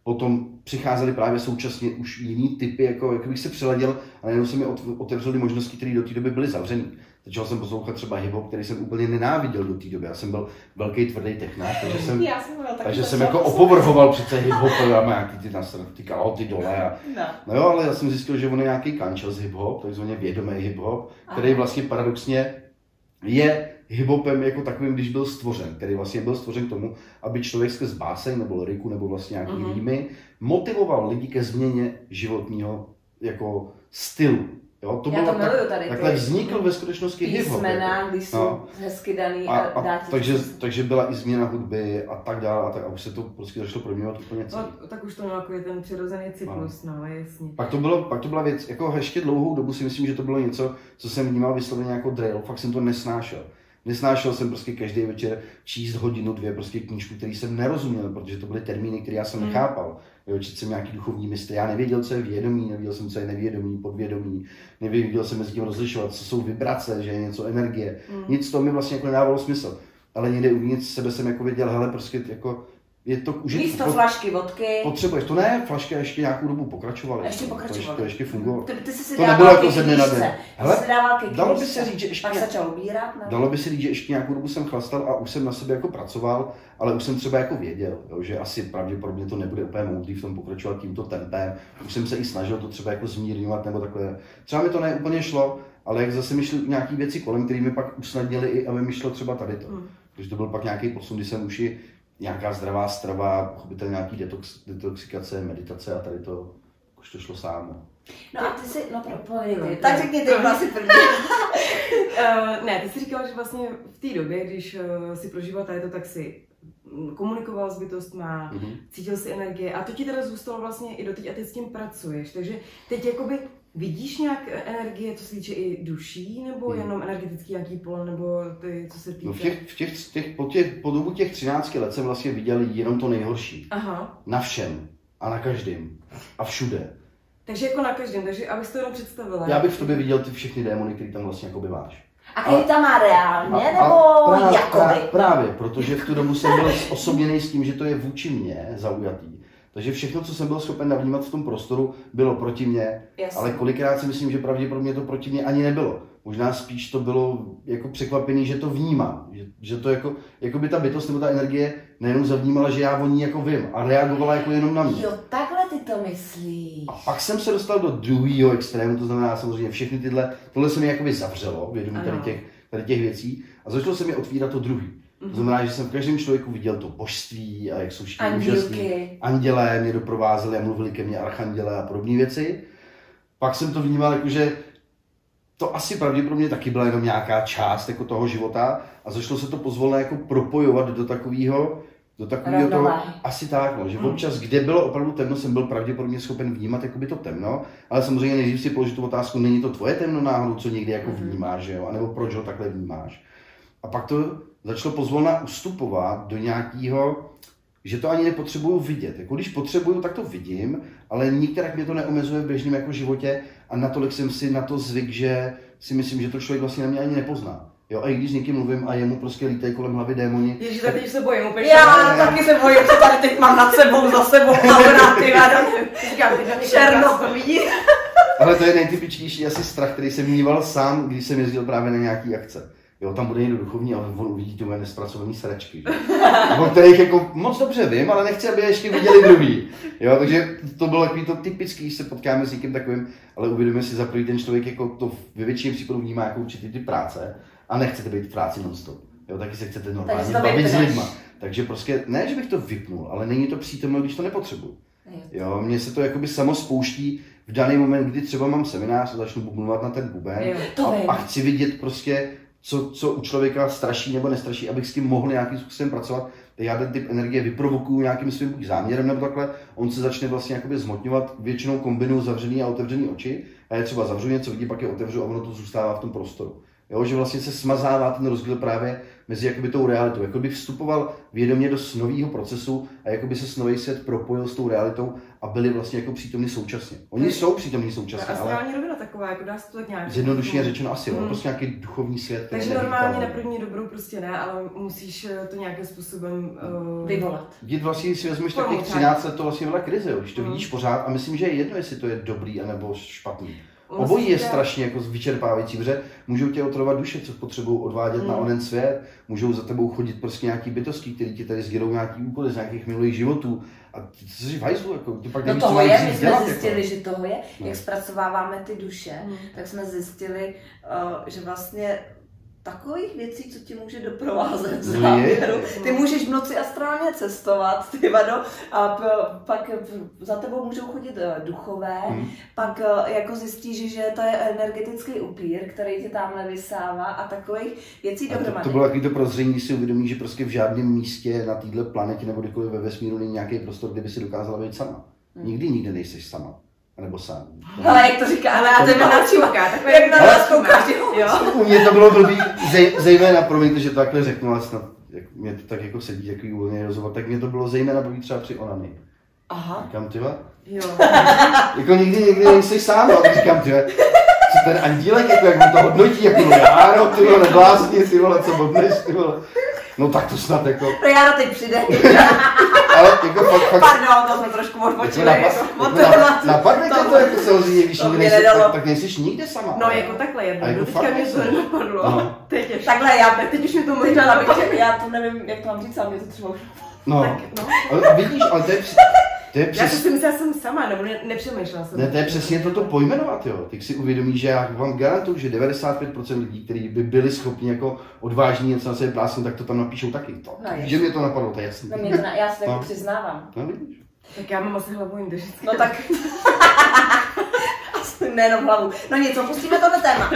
Potom přicházely právě současně už jiný typy, jako, jako bych se přeladil, a najednou se mi otevřely možnosti, které do té doby byly zavřené. Začal jsem poslouchat třeba hip-hop, který jsem úplně nenáviděl do té doby. Já jsem byl velký tvrdý technář, takže jsem, Já jsem, takže jsem jako opovrhoval přece hip-hop a nějaký ty, ty kalhoty dole. A, no. no jo, ale já jsem zjistil, že on je nějaký kančel z hip-hop, takzvaně vědomý hip-hop, který vlastně paradoxně je hip-hopem jako takovým, když byl stvořen, který vlastně byl stvořen k tomu, aby člověk skrz báseň nebo lyriku nebo vlastně nějaký mm-hmm. rýmy motivoval lidi ke změně životního jako stylu. Jo, to Já bylo to tak, miluju tady. Takhle vznikl ve skutečnosti hip-hop. Písmena, když jsou no. hezky daný a, a dá ti takže, takže byla i změna hudby a tak dále a, tak, a už se to prostě začalo proměňovat úplně celý. No, tak už to mělo jako ten přirozený cyklus, no, no jasně. Pak to, bylo, pak to byla věc, jako ještě dlouhou dobu si myslím, že to bylo něco, co jsem vnímal vysloveně jako drill, fakt jsem to nesnášel. Nesnášel jsem prostě každý večer číst hodinu, dvě prostě knížku, který jsem nerozuměl, protože to byly termíny, které já jsem hmm. nechápal. Jo, četl jsem nějaký duchovní mistry, já nevěděl, co je vědomí, nevěděl jsem, co je nevědomí, podvědomí, nevěděl jsem mezi tím rozlišovat, co jsou vibrace, že je něco energie. Hmm. Nic to mi vlastně jako nedávalo smysl. Ale někde uvnitř sebe jsem jako věděl, hele, prostě jako je to už... Místo pot... flašky vodky. Potřebuješ, to ne, flaška ještě nějakou dobu pokračovala. Ještě pokračovala. To ještě fungovalo. Ty, ty jsi si to nebylo jako ze dne na den. Hele, jsi dával ke dalo by se říct, že ještě... Pak začal ubírat. Dalo by se říct, že ještě nějakou dobu jsem chlastal a už jsem na sebe jako pracoval, ale už jsem třeba jako věděl, jo, že asi pravděpodobně to nebude úplně moudrý v tom pokračovat tímto tempem. Už jsem se i snažil to třeba jako zmírňovat nebo takhle. Třeba mi to ne úplně šlo, ale jak zase mi šly nějaký věci kolem, které mi pak usnadnily i, aby mi šlo třeba tady to. Hmm. Takže to byl pak nějaký posun, kdy jsem už i nějaká zdravá strava, pochopitelně nějaký detox, detoxikace, meditace a tady to už to šlo sámo. No a ty si, no propověď, no, tak řekni ty vlastně první. uh, ne, ty jsi říkala, že vlastně v té době, když uh, si prožíval tady to, tak si komunikoval s bytostma, mm-hmm. cítil si energie a to ti teda zůstalo vlastně i doteď a ty s tím pracuješ, takže teď jakoby vidíš nějak energie, co se týče i duší, nebo hmm. jenom energetický nějaký pole, nebo ty, co se týče? No v těch, v těch, těch, po, těch, po dobu těch třinácti let jsem vlastně viděl jenom to nejhorší. Aha. Na všem a na každém a všude. Takže jako na každém, takže abys to jenom představila. Já bych v tobě viděl ty všechny démony, které tam vlastně jakoby máš. A který tam má reálně, a, nebo právě, jakoby? Právě, protože v tu dobu jsem byl osobněný s tím, že to je vůči mně zaujatý. Takže všechno, co jsem byl schopen navnímat v tom prostoru, bylo proti mně, Jasně. ale kolikrát si myslím, že pravděpodobně to proti mně ani nebylo. Možná spíš to bylo jako překvapený, že to vnímám, že, že to jako, jako by ta bytost nebo ta energie nejenom zavnímala, že já o ní jako vím a reagovala jako jenom na mě. Jo, takhle ty to myslíš. A pak jsem se dostal do druhého extrému, to znamená samozřejmě všechny tyhle, tohle se mi jakoby zavřelo, vědomí tady těch, tady těch věcí a začalo se mi otvírat to druhý. To znamená, že jsem v každém člověku viděl to božství a jak jsou všichni úžasní. Andělé mě doprovázeli a mluvili ke mně archanděle a podobné věci. Pak jsem to vnímal jako, že to asi pravděpodobně taky byla jenom nějaká část jako toho života a začalo se to pozvolně jako propojovat do takového, do takového toho, asi tak, no, že občas, kde bylo opravdu temno, jsem byl pravděpodobně schopen vnímat jakoby to temno, ale samozřejmě nejdřív si položit tu otázku, není to tvoje temno náhodou, co někdy jako vnímáš, že jo, anebo proč ho takhle vnímáš. A pak to začalo pozvolna ustupovat do nějakého, že to ani nepotřebuju vidět. Jako když potřebuju, tak to vidím, ale nikterak mě to neomezuje v běžném jako životě a natolik jsem si na to zvyk, že si myslím, že to člověk vlastně na mě ani nepozná. Jo, a i když s někým mluvím a jemu prostě lítají kolem hlavy démoni. Ježiš, tak teď se bojím úplně. Já taky se bojím, co tady teď mám nad sebou, za sebou, a ty černo to vidí. Ale to je nejtypičnější asi strach, který jsem mýval sám, když jsem jezdil právě na nějaký akce. Jo, tam bude někdo duchovní a on uvidí tu moje nespracovaný sračky. O kterých jako moc dobře vím, ale nechci, aby ještě viděli druhý. Jo, takže to bylo takový to typický, když se potkáme s někým takovým, ale uvědomíme si za první ten člověk jako to ve většině případů vnímá jako určitý ty práce a nechcete být v práci non-stop. Jo, taky se chcete normálně bavit s lidma. Takže prostě ne, že bych to vypnul, ale není to přítomno, když to nepotřebuju. Jo, mně se to jakoby samo spouští v daný moment, kdy třeba mám seminář a začnu bubnovat na ten buben jo, a, a chci vidět prostě Co, co u člověka straší nebo nestraší, abych s tím mohl nějakým způsobem pracovat, tak já ten typ energie vyprovokuju nějakým svým buď záměrem nebo takhle, on se začne vlastně jakoby zhmotňovat, většinou kombinuju zavřený a otevřený oči a já třeba zavřu něco, vidím, pak je otevřu a ono to zůstává v tom prostoru. Jo, že vlastně se smazává ten rozdíl právě mezi jakoby tou realitou. Jakoby vstupoval vědomě do nového procesu a jakoby se nový svět propojil s tou realitou a byli vlastně jako přítomní současně. Oni jsou přítomní současně, ale... Astrální rovina taková, jako dá se to tak nějak... Zjednodušeně řečeno asi, hmm. jo, prostě nějaký duchovní svět. Takže normálně na první dobrou prostě ne, ale musíš to nějakým způsobem uh... vyvolat. Dít vlastně si vezmeš takových třináct let, to vlastně byla krize, jo, když to hmm. vidíš pořád a myslím, že je jedno, jestli to je dobrý anebo špatný. Obojí je strašně jako vyčerpávající, protože můžou tě otravovat duše, co potřebují odvádět mm. na onen svět, můžou za tebou chodit prostě nějaký bytosti, které ti tady sdělou nějaký úkoly z nějakých minulých životů a ty jsi v hajzlu, jako ty pak nevíš, no toho je, my jsme dělat, zjistili, jako. že toho je, no. Jak zpracováváme ty duše, mm. tak jsme zjistili, uh, že vlastně takových věcí, co ti může doprovázet z závěru. Ty můžeš v noci astrálně cestovat, ty vado, a p- pak za tebou můžou chodit duchové, hmm. pak jako zjistíš, že to je energetický upír, který tě tamhle vysává a takových věcí dohromady. To, to bylo takový to prozření, když si uvědomí, že prostě v žádném místě na této planetě nebo kdekoliv ve vesmíru není nějaký prostor, kde by si dokázala být sama. Hmm. Nikdy, nikdy nejseš sama. Nebo sám. Ale jak to říká, ale já tebe nás kouká, takhle jak na nás koukáš, jo? U mě to bylo blbý, zej, zejména, promiňte, že to takhle řeknu, ale snad jak, mě to tak jako sedí, jaký uvolněný rozhovor, tak mě to bylo zejména blbý třeba při onany. Aha. Říkám, tyhle? Jo. Jako nikdy, nikdy nejsi sám, ale říkám, tyhle, co ten andílek, jako jak on to hodnotí, jako járo, ty vole, neblázni, ty vole, co blbneš, ty vole. No tak to snad jako... To Járo teď přijde. Ale jako fakt, fakt... Pardon, to jsme trošku odbočili. Napadne tě to jako samozřejmě, když nikdy nejsi, tak, tak nejsiš nikde sama. No jako takhle jedno, do teďka mě to nenapadlo. No. Teď ještě. Takhle já, teď už mi to možná nabíče. Já to nevím, jak to mám říct, ale mě to třeba už... No, tak, no. Ale vidíš, ale to je... To je přes... Já si myslela, že jsem sama, nebo ne, nepřemýšlela jsem. Ne, to je přesně toto pojmenovat, jo. Teď si uvědomíš, že já vám garantuju, že devadesát pět procent lidí, kteří by byli schopni jako odvážní něco na sebe plásnout, tak to tam napíšou taky. To, no, že mě to napadlo, to je jasný. No, mě to na, já se taky no. přiznávám. No, vidíš. Tak já mám asi hlavu jinde vždycky. No tak... Nejenom hlavu. No nic, opustíme tohle téma.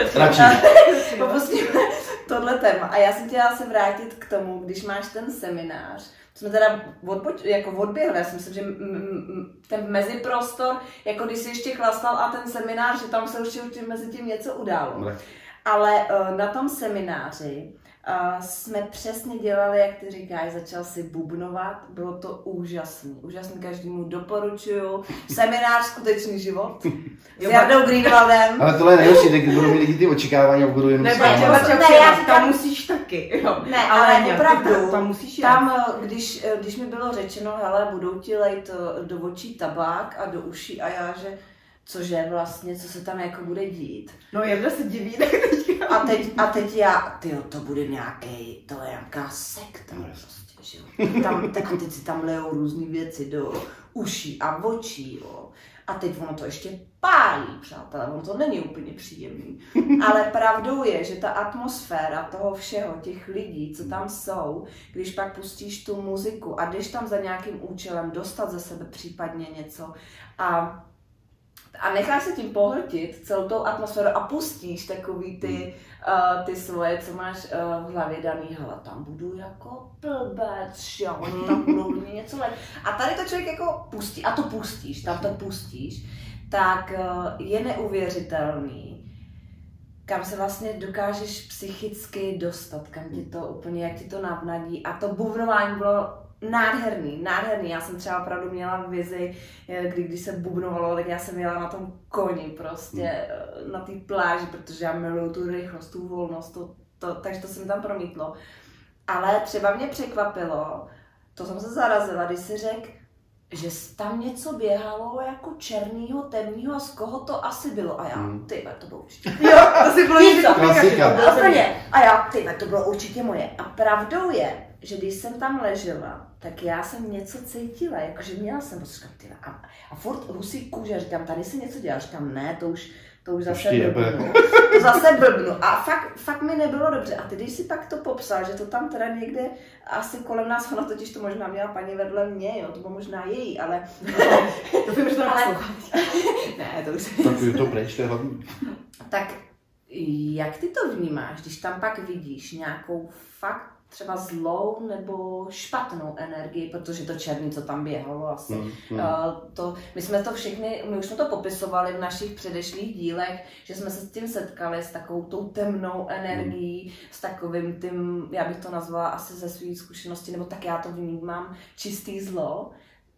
Opustíme tohle téma. A já jsem chtěla se vrátit k tomu, když máš ten seminář, jsme teda odboč, jako odběhli, já si myslím, že m- m- ten meziprostor, jako když si ještě chlastal a ten seminář, že tam se už mezi tím něco událo. Ne. Ale uh, na tom semináři uh, jsme přesně dělali, jak ty říkáš, začal si bubnovat, bylo to úžasný, úžasný, každému doporučuju, seminář Skutečný život s Jardou Greenwaldem. Ale tohle je nejlepší, tak budou mít lidi ty očekávání a budou jenom zkoumat. Ne, ne, já tam musíš taky, jo. Ne, ale, ale opravdu, tam, tam musíš jet. Tam, když, když mi bylo řečeno, hele, budou ti lejt do očí tabák a do uší a já, že cože vlastně, co se tam jako bude dít. No Jarda se diví, tak teďka. A teď, a teď já, tyjo, to bude nějaký, to je nějaká sekta prostě, že jo. Tam, tak a teď si tam lejou různý věci do uší a očí, jo. A teď ono to ještě pálí, přátelé, ono to není úplně příjemný. Ale pravdou je, že ta atmosféra toho všeho, těch lidí, co tam jsou, když pak pustíš tu muziku a jdeš tam za nějakým účelem dostat ze sebe případně něco a A necháš se tím pohltit celou tou atmosféru a pustíš takový ty, uh, ty svoje, co máš uh, v hlavě daný, hele, tam budu jako blbec, jo, oni tam budou mě něco let. A tady to člověk jako pustí, a to pustíš, tam to pustíš, tak uh, je neuvěřitelný, kam se vlastně dokážeš psychicky dostat, kam ti to úplně, jak ti to navnadí. A to bubnování bylo nádherný, nádherný. Já jsem třeba opravdu měla vizi, kdy, když se bubnovalo, tak já jsem jela na tom koni prostě, hmm. na té pláži, protože já miluju tu rychlost, tu volnost, to, to, takže to se mi tam promítlo. Ale třeba mě překvapilo, to jsem se zarazila, když si řekl, že tam něco běhalo jako černýho, temného a z koho to asi bylo. A já, hmm. tyhle, to bylo určitě. Jo, to si bylo něco. A já, tyhle, to bylo určitě moje. A pravdou je, že když jsem tam ležela, tak já jsem něco cítila, jakože měla jsem říkám, tyhle, a, a furt husí kůže, říkám, tady se něco dělá, říkám, ne, to už, to už zase blbnu. To zase blbnu. A fakt, fakt mi nebylo dobře. A ty, když si pak to popsal, že to tam teda někde asi kolem nás, ona totiž to možná měla paní vedle mě, jo, to bylo možná její, ale... to by možná ale... Ne, to už se... Tak je to pryč, to je hlavní. Tak jak ty to vnímáš, když tam pak vidíš nějakou fakt třeba zlou nebo špatnou energii, protože to černý, co tam běhalo asi. Mm, mm. Uh, to, my jsme to všechny, my už jsme to popisovali v našich předešlých dílech, že jsme se s tím setkali, s takovou tou temnou energií, mm. s takovým tím, já bych to nazvala asi ze své zkušenosti, nebo tak já to vnímám, čistý zlo.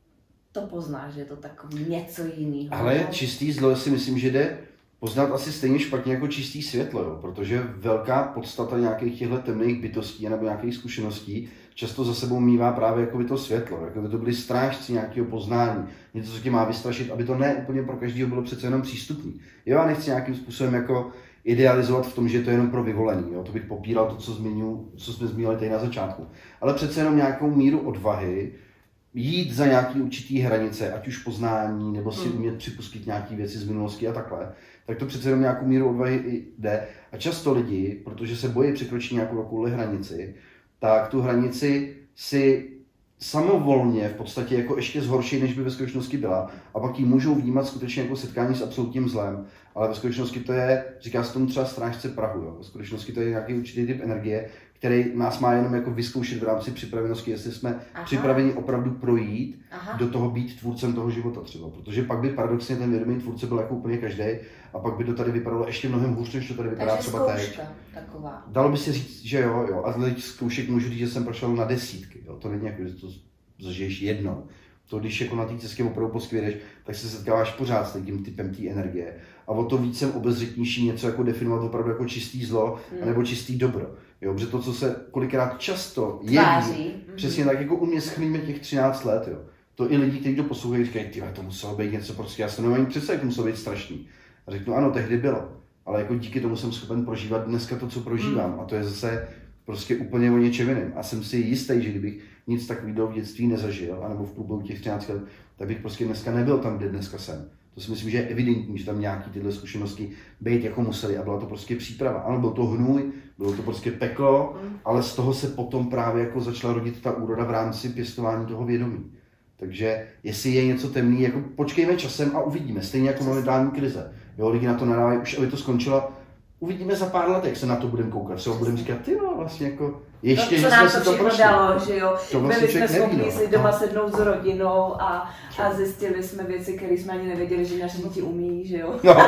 To poznáš, že je to takový něco jiného. Ale čistý zlo si myslím, že jde poznat asi stejně špatně jako čistý světlo, jo? Protože velká podstata nějakých těchto temných bytostí nebo nějakých zkušeností často za sebou mívá právě jako by to světlo, jako by to byli strážci nějakého poznání, něco, co tě má vystrašit, aby to ne úplně pro každého bylo přece jenom přístupný. Jo, já nechci nějakým způsobem jako idealizovat v tom, že je to jenom pro vyvolený, jo? To bych popíral to, co, zmiňu, co jsme zmínili tady na začátku. Ale přece jenom nějakou míru odvahy, jít za nějaký určitý hranice, ať už poznání, nebo si umět připustit nějaké věci z minulosti a takhle, tak to přece jenom nějakou míru odvahy jde. A často lidi, protože se bojí překročit nějakou takovou hranici, tak tu hranici si samovolně v podstatě jako ještě zhorší, než by ve skutečnosti byla. A pak ji můžou vnímat skutečně jako setkání s absolutním zlem. Ale ve skutečnosti to je, říká se tomu třeba strážce prahu. Jo. Ve skutečnosti to je nějaký určitý typ energie, který nás má jenom jako vyzkoušet v rámci připravenosti, jestli jsme Aha. připraveni opravdu projít Aha. do toho být tvůrcem toho života třeba. Protože pak by paradoxně ten vědomý tvůrce byl jako úplně každý a pak by to tady vypadalo ještě mnohem hůř, než to tady vypadá Takže třeba teď. Taková. Dalo by se říct, že jo, jo. A teď zkoušek můžu říct, že jsem prošel na desítky. Jo. To není jako, že to zažiješ jednou. To, když jako na té cestě opravdu poskvědeš, tak se setkáváš pořád s tím typem té energie. A o to víc jsem obezřetnější něco jako definovat opravdu jako čistý zlo, hmm. nebo čistý dobro. Jo, protože to, co se kolikrát často jeví, mm-hmm. přesně tak jako u mě schrníme těch třináct let, jo. To i lidi, kteří to poslouchají, říkají, tyhle, to muselo být něco prostě, já se nemám ani představit, to muselo být strašný. A řeknu, ano, tehdy bylo, ale jako díky tomu jsem schopen prožívat dneska to, co prožívám. Mm. A to je zase prostě úplně o něčem jiném. A jsem si jistý, že kdybych nic takového v dětství nezažil, anebo v průběhu těch třináct let, tak bych prostě dneska nebyl tam, kde dneska jsem. To si myslím, že je evidentní, že tam nějaký tyhle zkušenosti být jako museli a byla to prostě příprava. Ano, byl to hnůj, bylo to prostě peklo, mm. ale z toho se potom právě jako začala rodit ta úroda v rámci pěstování toho vědomí. Takže jestli je něco temný, jako počkejme časem a uvidíme, stejně jako momentální krize. Jo, lidi na to nadávají, už aby to skončilo. Uvidíme za pár let, jak se na to budeme koukat. Třeba budeme říkat, ty jo, vlastně jako ještě, no, že jsme si to prošli. Dalo, že jo. Vlastně byli jsme schopni no. si doma sednout s rodinou a, a zjistili jsme věci, které jsme ani nevěděli, že naše děti umí, že jo. No.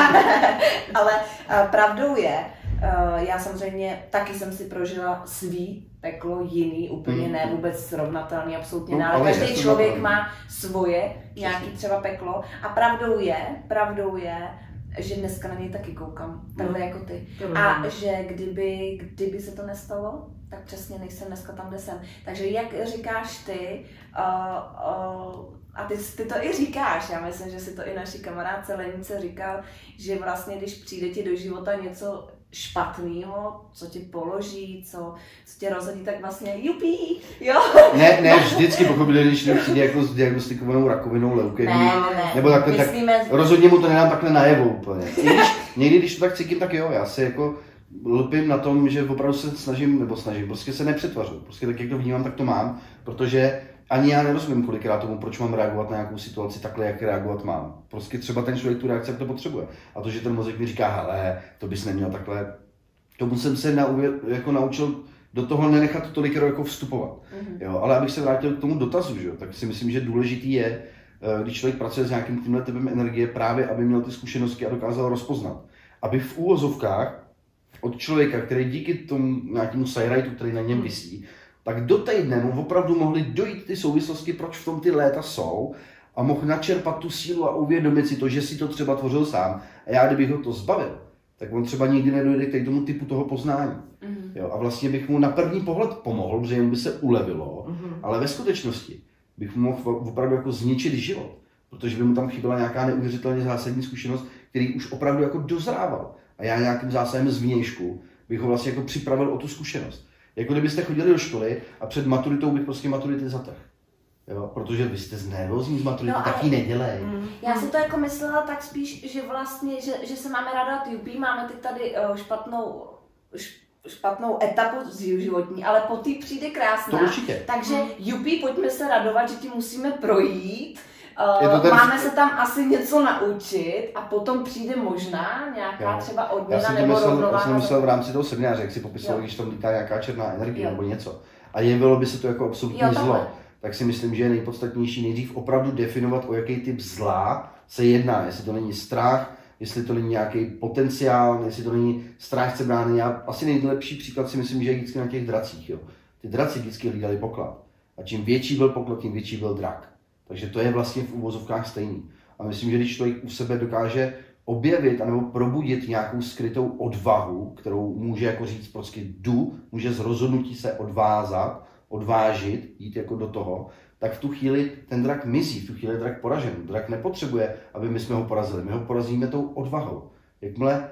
Ale a, pravdou je, a, já samozřejmě taky jsem si prožila svý peklo, jiný, úplně hmm. ne vůbec srovnatelný, absolutně no, ne, ale každý člověk to... má svoje, nějaký třeba peklo a pravdou je, pravdou je, že dneska na něj taky koukám, takhle no. jako ty. A že kdyby, kdyby se to nestalo, tak přesně nejsem dneska tam, kde jsem. Takže jak říkáš ty, uh, uh, a ty, ty to i říkáš, já myslím, že si to i naši kamarádce Lenice říkal, že vlastně když přijde ti do života něco špatného, co ti položí, co, co tě rozhodí, tak vlastně jupí, jo? Ne, ne, vždycky pochopili, když přijde jako s diagnostikovanou rakovinou, leukemii, ne, ne, nebo takhle, myslíme, tak rozhodně mu to nedám takhle najevo úplně. Když, někdy, když to tak cítím, tak jo, já si jako lpím na tom, že opravdu se snažím, nebo snažím, prostě se nepřetvařuji, prostě tak, jak to vnímám, tak to mám, protože ani já nerozumím kolikrát tomu, proč mám reagovat na nějakou situaci takhle, jak reagovat mám. Prostě třeba ten člověk tu reakci to potřebuje. A to, že ten mozek mi říká, hele, to bys neměl takhle, tomu jsem se nauvě, jako naučil do toho nenechat tolik jako vstupovat. Mm-hmm. Jo, ale abych se vrátil k tomu dotazu, že? Tak si myslím, že důležitý je, když člověk pracuje s nějakým tímhle typem energie, právě aby měl ty zkušenosti a dokázal rozpoznat. Aby v úvozovkách od člověka, který díky tomu nějakému sajrajtu, který na něm visí, tak do týdne mu opravdu mohly dojít ty souvislosti, proč v tom ty léta jsou a mohl načerpat tu sílu a uvědomit si to, že si to třeba tvořil sám. A já, kdybych ho to zbavil, tak on třeba nikdy nedojde k tomu typu toho poznání. Mm-hmm. Jo, a vlastně bych mu na první pohled pomohl, protože jemu by se ulevilo, mm-hmm. ale ve skutečnosti bych mu mohl opravdu jako zničit život, protože by mu tam chyběla nějaká neuvěřitelně zásadní zkušenost, který už opravdu jako dozrával. A já nějakým zásahem zvnějšku bych ho vlastně jako připravil o tu zkušenost. Jako kdybyste chodili do školy a před maturitou bych prostě maturity zatrhl. Jo, protože vy jste znervózní z maturity, no, taky nedělej. Mm, já si to jako myslela tak spíš, že vlastně, že, že se máme radovat jupí, máme teď tady uh, špatnou, špatnou etapu životní, ale po té přijde krásná. To určitě. Takže jupí, pojďme se radovat, že ti musíme projít. Uh, ten... Máme se tam asi něco naučit a potom přijde možná nějaká jo. třeba odměna nebo myslel, rovnováha. Já jsem myslel v rámci toho semináře, jak si popisoval, když tam lítá nějaká černá energie jo. nebo něco. A jevilo by se to jako absolutní jo, zlo. Tak si myslím, že je nejpodstatnější nejdřív opravdu definovat, o jaký typ zla se jedná. Jestli to není strach, jestli to není nějaký potenciál, jestli to není strážce brány. Já asi nejlepší příklad si myslím, že je vždycky na těch dracích. Jo. Ty draci vždycky hlídali poklad. A čím větší byl poklad, tím větší byl drak. Takže to je vlastně v uvozovkách stejný. A myslím, že když člověk u sebe dokáže objevit anebo probudit nějakou skrytou odvahu, kterou může jako říct prostě jdu, může z rozhodnutí se odvázat, odvážit, jít jako do toho, tak v tu chvíli ten drak mizí, v tu chvíli je drak poražen. Drak nepotřebuje, aby my jsme ho porazili. My ho porazíme tou odvahou. Jakmile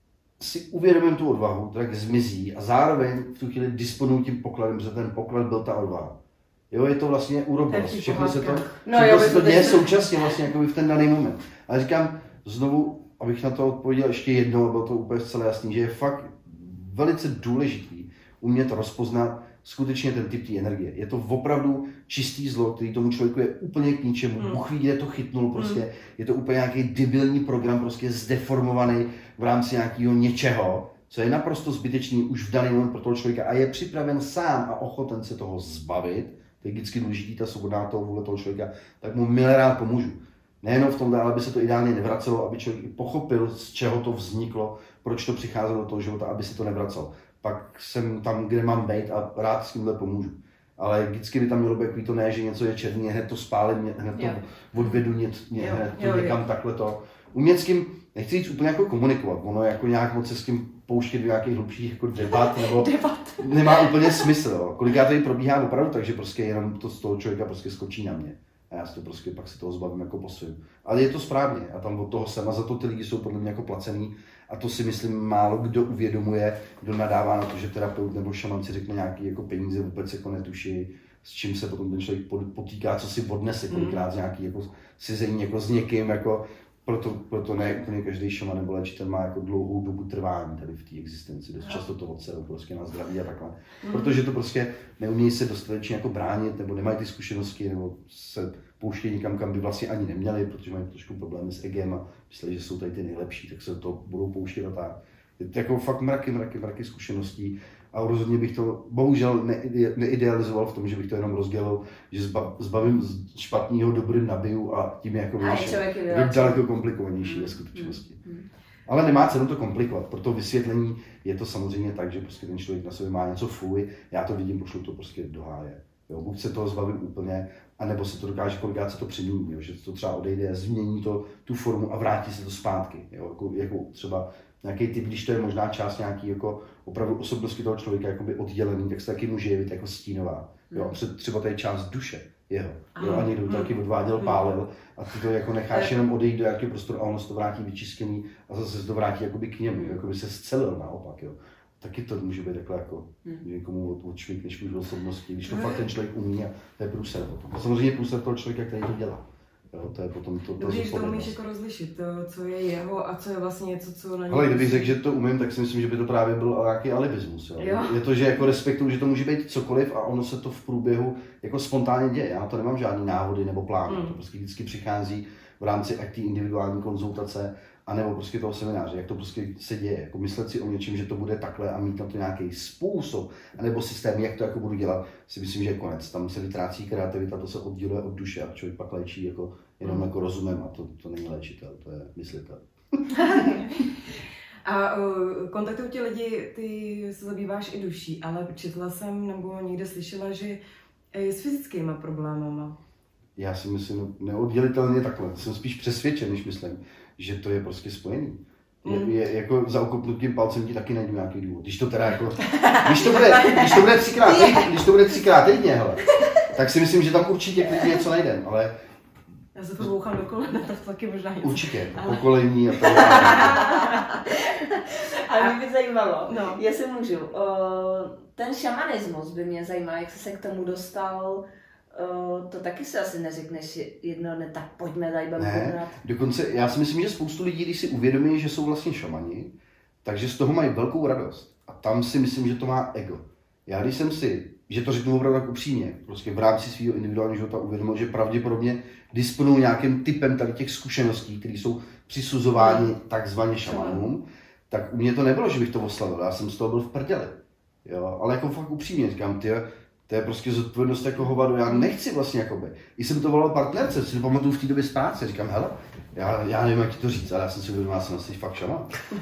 si uvědomím tu odvahu, drak zmizí a zároveň v tu chvíli disponuji tím pokladem, že ten poklad byl ta odvaha. Jo, je to vlastně úrodost. Všechno se to, no, jo, se to děje současně vlastně jako v ten daný moment. Ale říkám znovu, abych na to odpověděl ještě jednou, bylo to úplně zcela jasný, že je fakt velice důležitý umět rozpoznat skutečně ten typ té energie. Je to opravdu čistý zlo, který tomu člověku je úplně k ničemu. Hmm. Bůh ví, kde to chytnul prostě. Hmm. Je to úplně nějaký debilní program, prostě zdeformovaný v rámci nějakého něčeho, co je naprosto zbytečný už v daný moment pro toho člověka a je připraven sám a ochoten se toho zbavit. To je vždycky důležitý, ta svobodná toho vůle toho člověka, tak mu milé rád pomůžu. Nejenom v tom, ale aby se to ideálně nevracelo, aby člověk pochopil, z čeho to vzniklo, proč to přicházelo do toho života, aby se to nevracelo. Pak jsem tam, kde mám být a rád s tímhle pomůžu. Ale vždycky by tam mělo být to ne, že něco je černý, hned to spálím, hned to jo. odvedu, hned, hned to jo, někam jo. takhle to. Umět s tím, nechci říct úplně jako komunikovat, ono jako nějak moc se s tím pouštět do nějakých hlubších jako debat, nebo debat. Nemá úplně smysl. Jo. Kolikrát tady probíhá opravdu tak, že prostě jenom to z toho člověka prostě skočí na mě. A já si to prostě pak se toho zbavím jako po svým. Ale je to správně a tam od toho jsem a za to ty lidi jsou podle mě jako placený a to si myslím málo kdo uvědomuje, kdo nadává na to, že terapeut nebo šaman si řekne nějaký jako peníze, vůbec jako netuší, s čím se potom ten člověk potýká, co si odnese kolikrát z nějaký jako sezení jako s někým, jako proto, proto ne úplně každý šaman nebo léčitel má jako dlouhou dobu trvání tady v té existenci, dost často to odsedou prostě na zdraví a takhle. Mm. Protože to prostě neumějí se dostatečně jako bránit, nebo nemají ty zkušenosti, nebo se pouštějí někam, kam by vlastně ani neměli, protože mají trošku problémy s egem a myslí, že jsou tady ty nejlepší, tak se to budou pouštět a tak. Je to jako fakt mraky, mraky, mraky zkušeností a rozhodně bych to bohužel neidealizoval v tom, že bych to jenom rozdělil, že zbavím špatného dobrým nabiju a tím je jako je daleko komplikovanější mm. ve skutečnosti. Mm. Ale nemá cenu to komplikovat, proto vysvětlení je to samozřejmě tak, že prostě ten člověk na sobě má něco fuj, já to vidím, pošlu to prostě do háje. Jo, buď se toho zbavím úplně, anebo se to dokáže kolikrát se to přemění, jo, že to třeba odejde, změní to tu formu a vrátí se to zpátky. Jo, jako, jako třeba nějaký typ, když to je možná část nějaký jako opravdu osobnosti toho člověka jakoby oddělený, tak se taky může jevit jako stínová. Jo, mm. třeba to je část duše jeho. Jo, a někdo to taky odváděl, pálil a ty to jako necháš jenom odejít do jakého prostoru a ono se to vrátí vyčistěný a zase se to vrátí jakoby k němu, jakoby se scelil naopak. Jo. Taky to může být takhle jako, hmm. že někomu odšvihneš už osobnosti, když to hmm. fakt ten člověk umí a to je průser potom. A samozřejmě průser toho člověka, který to dělá. Jo, to je potom to, to Dobře, že to umíš jako rozlišit, to, co je jeho a co je vlastně něco, co na něj... Ale kdybych řekl, že to umím, tak si myslím, že by to právě byl nějaký alibismus. Jo? Jo. Je to, že jako respektuju, že to může být cokoliv a ono se to v průběhu jako spontánně děje. Já na to nemám žádný návody nebo plán. Hmm. To prostě vždycky přichází v rámci ať té individuální konzultace, anebo prostě toho semináře, jak to prostě se děje. Jako myslet si o něčem, že to bude takhle a mít na to nějaký způsob, anebo systém, jak to jako budu dělat, si myslím, že je konec. Tam se vytrácí kreativita, to se odděluje od duše a člověk pak léčí jako jenom jako rozumem a to, to není léčitel, to je myslitel. A uh, kontaktují tě lidi, ty se zabýváš i duší, ale četla jsem nebo někde slyšela, že je s fyzickými problémama. Já si myslím neoddělitelně takhle, jsem spíš přesvědčen, než myslím, že to je prostě spojený. Je, mm. je, jako za okopnutím palcem ti taky najdu nějaký důvod. Když to teda jako, když to bude, když to bude třikrát, když to bude třikrát týdně, hele, tak si myslím, že tam určitě klidně něco najdem, ale... Já se to bouchám do kolena, to taky možná něco. Určitě, ale... pokolení a to. Ale mě by zajímalo, no. jestli můžu, ten šamanismus by mě zajímal, jak jsi se k tomu dostal. Uh, to taky si asi neřekneš jedno dne, tak pojďme tady budeme ne, dokonce já si myslím, že spoustu lidí, když si uvědomí, že jsou vlastně šamani, takže z toho mají velkou radost. A tam si myslím, že to má ego. Já když jsem si že to řeknu opravdu tak upřímně, prostě v rámci svého individuálního života uvědomil, že pravděpodobně disponují nějakým typem tady těch zkušeností, které jsou přisuzovány takzvaně šamanům, tak u mě to nebylo, že bych to oslavil, já jsem z toho byl v prdeli. Jo, ale jako fakt upřímně říkám, ty, to je prostě zodpovědnost jako hovado, já nechci vlastně jakoby. I jsem to volal partnerce, si pamatuju v té době z práce, říkám, hele, já, já nevím, jak ti to říct, ale já jsem si uvědomil, já jsem asi fakt šaman.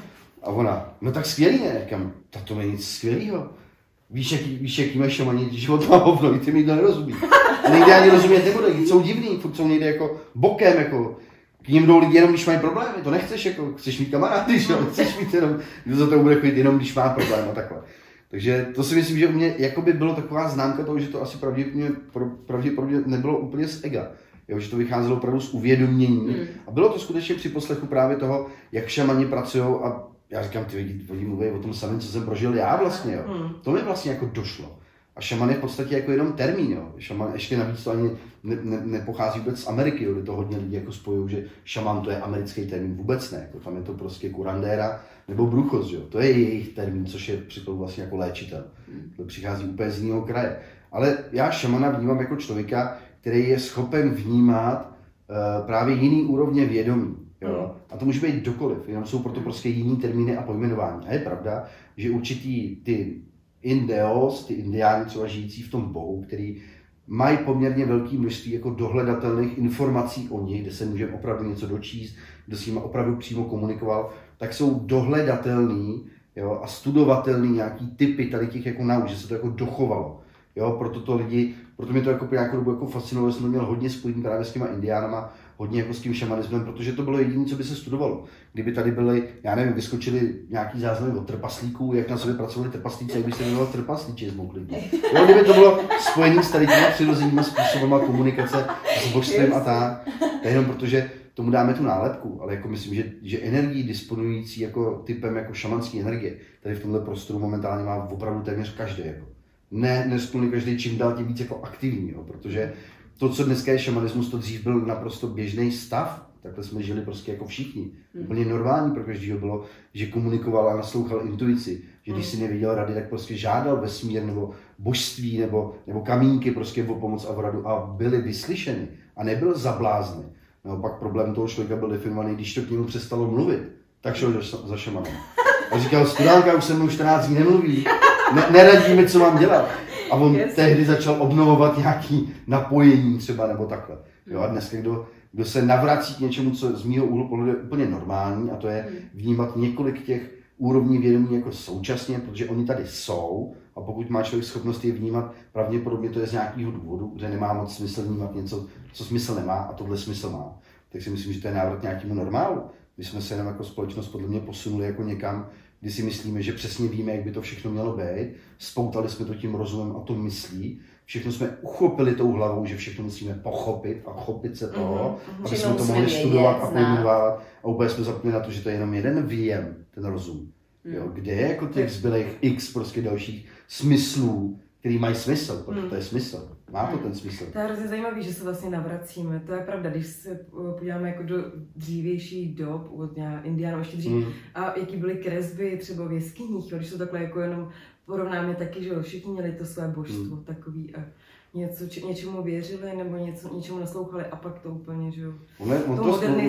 A ona, no tak skvělý, ne? Říkám, to není nic skvělýho. Víš, jaký, víš, jaký máš šamani, život má hovno, i ty mi to nerozumí. Někdy ani rozumět nebude, jsou divný, furt jsou někde jako bokem, jako k ním jdou lidi jenom, když mají problémy, to nechceš, jako, chceš mít kamarády, že? Chceš mít jenom, kdo za to bude chodit jenom, když má problém a takhle. Takže to si myslím, že u mě jakoby bylo taková známka toho, že to asi pravděpodobně, pravděpodobně nebylo úplně z ega. Jo, že to vycházelo opravdu z uvědomění. Hmm. A bylo to skutečně při poslechu právě toho, jak šamani pracují a já říkám, ty lidi, lidi mluví o tom samém, co jsem prožil já vlastně. Jo. Hmm. To mi vlastně jako došlo. A šaman je v podstatě jako jenom termín. Jo. Šaman ještě navíc to ani ne, ne, nepochází vůbec z Ameriky, jo, kde to hodně lidí jako spojují, že šaman to je americký termín. Vůbec ne. Jako tam je to prostě kurandéra nebo bruchos. Jo. To je jejich termín, což je přitom vlastně jako léčitel. Hmm. To přichází úplně z jiného kraje. Ale já šamana vnímám jako člověka, který je schopen vnímat uh, právě jiný úrovně vědomí. Jo? A to může být kdokoliv, jenom jsou proto prostě jiný termíny a pojmenování. A je pravda, že určitý ty Indeos, ty indiáni třeba žijící v tom bohu, který mají poměrně velké množství jako dohledatelných informací o nich, kde se můžeme opravdu něco dočíst, kdo s nimi opravdu přímo komunikoval, tak jsou dohledatelný, jo, a studovatelný nějaký typy tady těch jako nauk, že se to jako dochovalo. Jo, proto to lidi, proto mě to jako nějakou dobu jako fascinovalo, jsem to měl hodně spojený právě s těma indiánama, hodně jako s tím šamanismem, protože to bylo jediné, co by se studovalo. Kdyby tady byly, já nevím, vyskočili nějaký záznamy od trpaslíků, jak na sobě pracovali trpaslíci, jak by se jmenoval trpaslíčismu klidně. Jo, kdyby to bylo spojené s tady těma přirozenýma způsobama komunikace s božstvím a tak, to je jenom protože tomu dáme tu nálepku, ale jako myslím, že, že energii disponující jako typem jako šamanské energie, tady v tomhle prostoru momentálně má opravdu téměř každý. Jako. Ne, nesplný každý čím dál tím víc jako aktivní, jo, protože to, co dneska je šamanismus, to dřív byl naprosto běžný stav, takhle jsme žili prostě jako všichni. Hmm. Úplně normální pro každého bylo, že komunikoval a naslouchal intuici, že když si nevěděl rady, tak prostě žádal vesmír nebo božství nebo, nebo kamínky prostě o pomoc a v radu a byli vyslyšeni a nebyl zablázny. Naopak problém toho člověka byl definovaný, když to k němu přestalo mluvit, tak šel za šamanem. A říkal, studánka, už se mnou čtrnáct dní nemluví, ne, neradí mi, co mám dělat. A on yes. tehdy začal obnovovat nějaký napojení třeba nebo takhle. Jo, a dneska kdo, kdo se navrací k něčemu, co z mýho úhlu pohledu je úplně normální, a to je vnímat několik těch úrovní vědomí jako současně, protože oni tady jsou a pokud má člověk schopnost je vnímat, pravděpodobně to je z nějakého důvodu, kde nemá moc smysl vnímat něco, co smysl nemá a tohle smysl má. Tak si myslím, že to je návrat nějakému normálu. My jsme se jenom jako společnost podle mě posunuli jako někam, kdy si myslíme, že přesně víme, jak by to všechno mělo být, spoutali jsme to tím rozumem a to myslí, všechno jsme uchopili tou hlavou, že všechno musíme pochopit a chopit se toho, mm-hmm. aby jsme to mohli studovat a pojmenovat a úplně jsme zapomněli na to, že to je jenom jeden výjem, ten rozum. Mm. Jo, kde je jako těch zbylých x prostě dalších smyslů, který mají smysl, protože mm. to je smysl. Má to ten smysl. To je hrozně zajímavé, že se vlastně navracíme. To je pravda, když se podíváme jako do dřívějších dob, od indiánů ještě dřív, mm. a jaký byly kresby třeba v jeskyních, když to takhle jako jenom porovnáme taky, že všichni měli to své božstvo mm. takový a něco, či, něčemu věřili nebo něco, něčemu naslouchali a pak to úplně, že jo. On, on, to,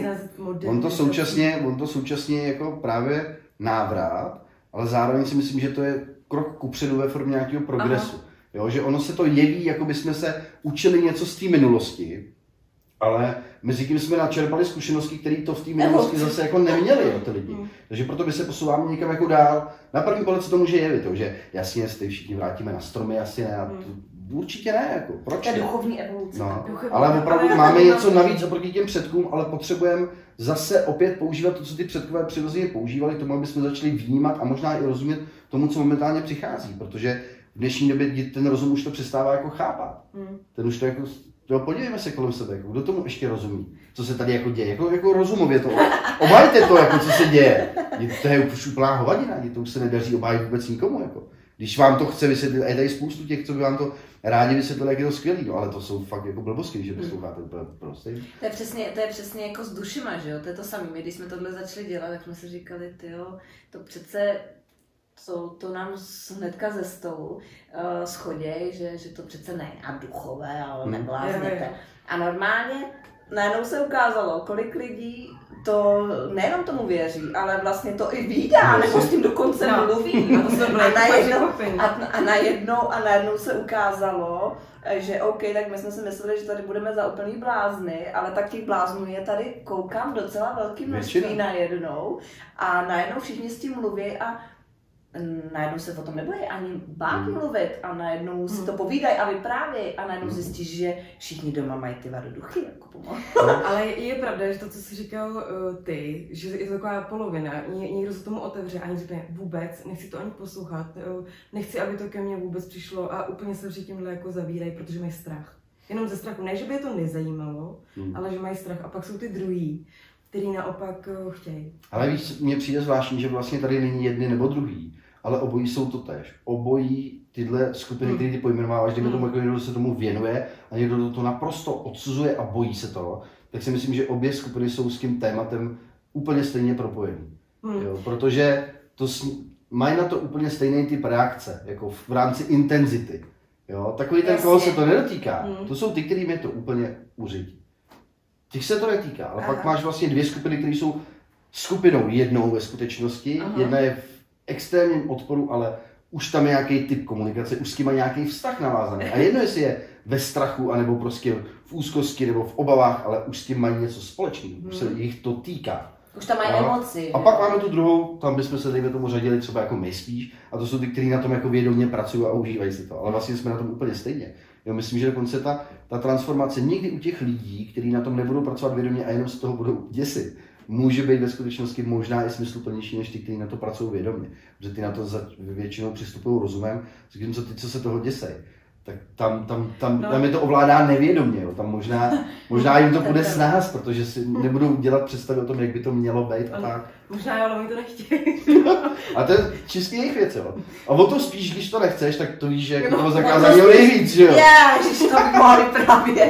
to, on, to současně, on to současně jako právě návrat, ale zároveň si myslím, že to je krok kupředu ve formě nějakého progresu. Aha. Jo, že ono se to jeví, jako by jsme se učili něco z té minulosti, ale mezi tím jsme načerpali zkušenosti, které to v té minulosti zase jako neměli, jo, ty lidi. Mm. Takže proto by se posouváme někam jako dál. Na první pohled se to může jevit, jo, že jasně, se všichni vrátíme na stromy, asi ne, mm. určitě ne, jako, proč ne? To je duchovní evoluce. No, ale opravdu ale máme něco navíc oproti těm předkům, ale potřebujeme zase opět používat to, co ty předkové přirozeně používali, tomu, aby jsme začali vnímat a možná i rozumět tomu, co momentálně přichází, protože v dnešní době ten rozum už to přestává jako chápat. Hmm. Ten už to jako, to podívejme se kolem sebe, jako, kdo tomu ještě rozumí, co se tady jako děje, jako, jako rozumově to, obhajte to, jako, co se děje. To je už úplná hovadina, to už se nedaří obhájit vůbec nikomu. Jako. Když vám to chce vysvětlit, a je tady spoustu těch, co by vám to rádi vysvětlili, jak je to skvělý, no, ale to jsou fakt jako blbosti, že posloucháte úplně prostě. To je přesně, to je přesně jako s dušima, že jo, to je to samé. My když jsme tohle začali dělat, tak jsme si říkali, tyjo, to přece to, to nám hnedka ze stolu uh, schoděj, že, že to přece ne a duchové, ale Hmm. neblázněte. A normálně najednou se ukázalo, kolik lidí to nejenom tomu věří, ale vlastně to i vídá, nebo s tím dokonce no. mluví. A, to a, najednou, a, a, najednou, a najednou se ukázalo, že OK, tak my jsme si mysleli, že tady budeme za úplný blázny, ale tak těch bláznů je tady, koukám, docela velký množství najednou a najednou všichni s tím mluví a najednou se o tom nebojí ani bát hmm. mluvit a najednou hmm. si to povídají a vyprávějí a najednou hmm. zjistíš, že všichni doma mají ty vadoduchy jako pomalu. Ale je pravda, že to, co jsi říkal uh, ty, že je to taková polovina, Ně, někdo se tomu otevře a řekne vůbec, nechci to ani poslouchat, uh, nechci, aby to ke mně vůbec přišlo a úplně se před tímhle jako zavírají, protože mají strach. Jenom ze strachu, ne, že by je to nezajímalo, hmm. ale že mají strach a pak jsou ty druhý, který naopak uh, chtějí. Ale víš, mně přijde zvláštní, že vlastně tady není jedny nebo druhý. Ale obojí jsou to též. Obojí tyhle skupiny, které ty pojmenováváš, kdyby tomu jako někdo se tomu věnuje a někdo to naprosto odsuzuje a bojí se toho, tak si myslím, že obě skupiny jsou s tím tématem úplně stejně propojený. Hmm. Jo, protože to s, mají na to úplně stejný typ reakce, jako v, v rámci intenzity. Jo, takový ten, koho se to nedotýká, hmm. to jsou ty, kterým je to úplně uřidí. Těch se to netýká, ale Aha. pak máš vlastně dvě skupiny, které jsou skupinou jednou ve skutečnosti, Aha. jedna je v extrémním odporu, ale už tam je nějaký typ komunikace, už s tím má nějaký vztah navázaný. A jedno, jestli je ve strachu, anebo prostě v úzkosti, nebo v obavách, ale už s tím mají něco společného, už se jich to týká. Už tam mají no. emoci. A pak máme tu druhou, tam bychom se dejme tomu řadili třeba jako my spíš, a to jsou ty, kteří na tom jako vědomě pracují a užívají si to. Ale vlastně jsme na tom úplně stejně. Jo, myslím, že dokonce ta, ta transformace někdy u těch lidí, kteří na tom nebudou pracovat vědomě a jenom z toho budou děsit, může být ve skutečnosti možná i smysluplnější než ty, kteří na to pracují vědomě. Protože ty na to za, většinou přistupují rozumem, zatímco ty, co se toho děsej, tak tam, tam, tam, no. tam je to ovládá nevědomě. Jo. Tam možná, možná jim to bude snáz, protože si nebudou dělat představy o tom, jak by to mělo být a tak. Možná jo, ale oni to nechtějí. A to je čistě jejich věc, jo. A o to spíš, když to nechceš, tak to víš, že jako toho zakázaného nejvíc, že jo. Ježiš, to by mohli právě.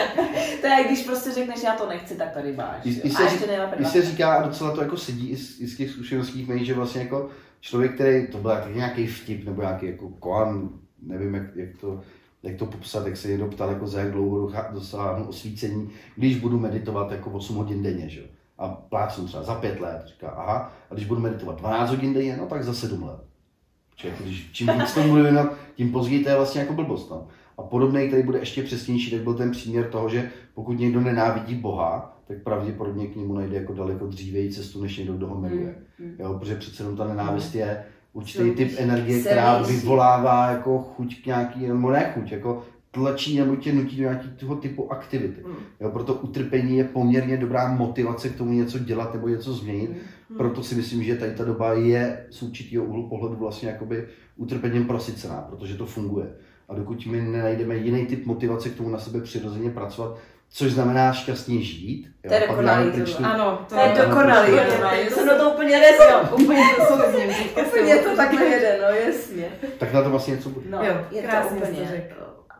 To je, když prostě řekneš, já to nechci, tak tady máš. I, i, se, i se říká, a docela to jako sedí i z, i z těch zkušeností mých, že vlastně jako člověk, který, to byl taky nějaký vtip, nebo nějaký jako koan, nevím, jak, jak, to, jak to popsat, jak se někdo ptal, jako za jak dlouho dosáhnu osvícení, když budu meditovat jako osm hodin denně, že jo. A plácnu třeba za pět let, říká, aha, a když budu meditovat dvanáct hodin denně, no tak za sedm let. Protože když, čím víc tomu budu věnovat, tím později to je vlastně jako blbost. No. A podobný, který bude ještě přesnější, tak byl ten příměr toho, že pokud někdo nenávidí Boha, tak pravděpodobně k němu najde jako daleko dřívěji cestu, než někdo, kdo ho miluje. Mm. Jo, protože přece jenom ta nenávist je určitý typ energie, která vyvolává jako chuť k nějaký, nebo ne chuť, jako tlačí nebo tě nutí do nějakého typu aktivity. Mm. Jo, proto utrpení je poměrně dobrá motivace k tomu něco dělat nebo něco změnit. Mm. Proto si myslím, že tady ta doba je z určitého úhlu pohledu vlastně jakoby utrpením prosycená, protože to funguje. A dokud my nenajdeme jiný typ motivace k tomu na sebe přirozeně pracovat, což znamená šťastně žít. To je dokonalý. Ano, to je dokonalý. Jsem na to úplně nezjel. Úplně to souzním. Úplně to takhle jede, no jasně. Tak na to vlastně něco bude. No, jo, je to úplně.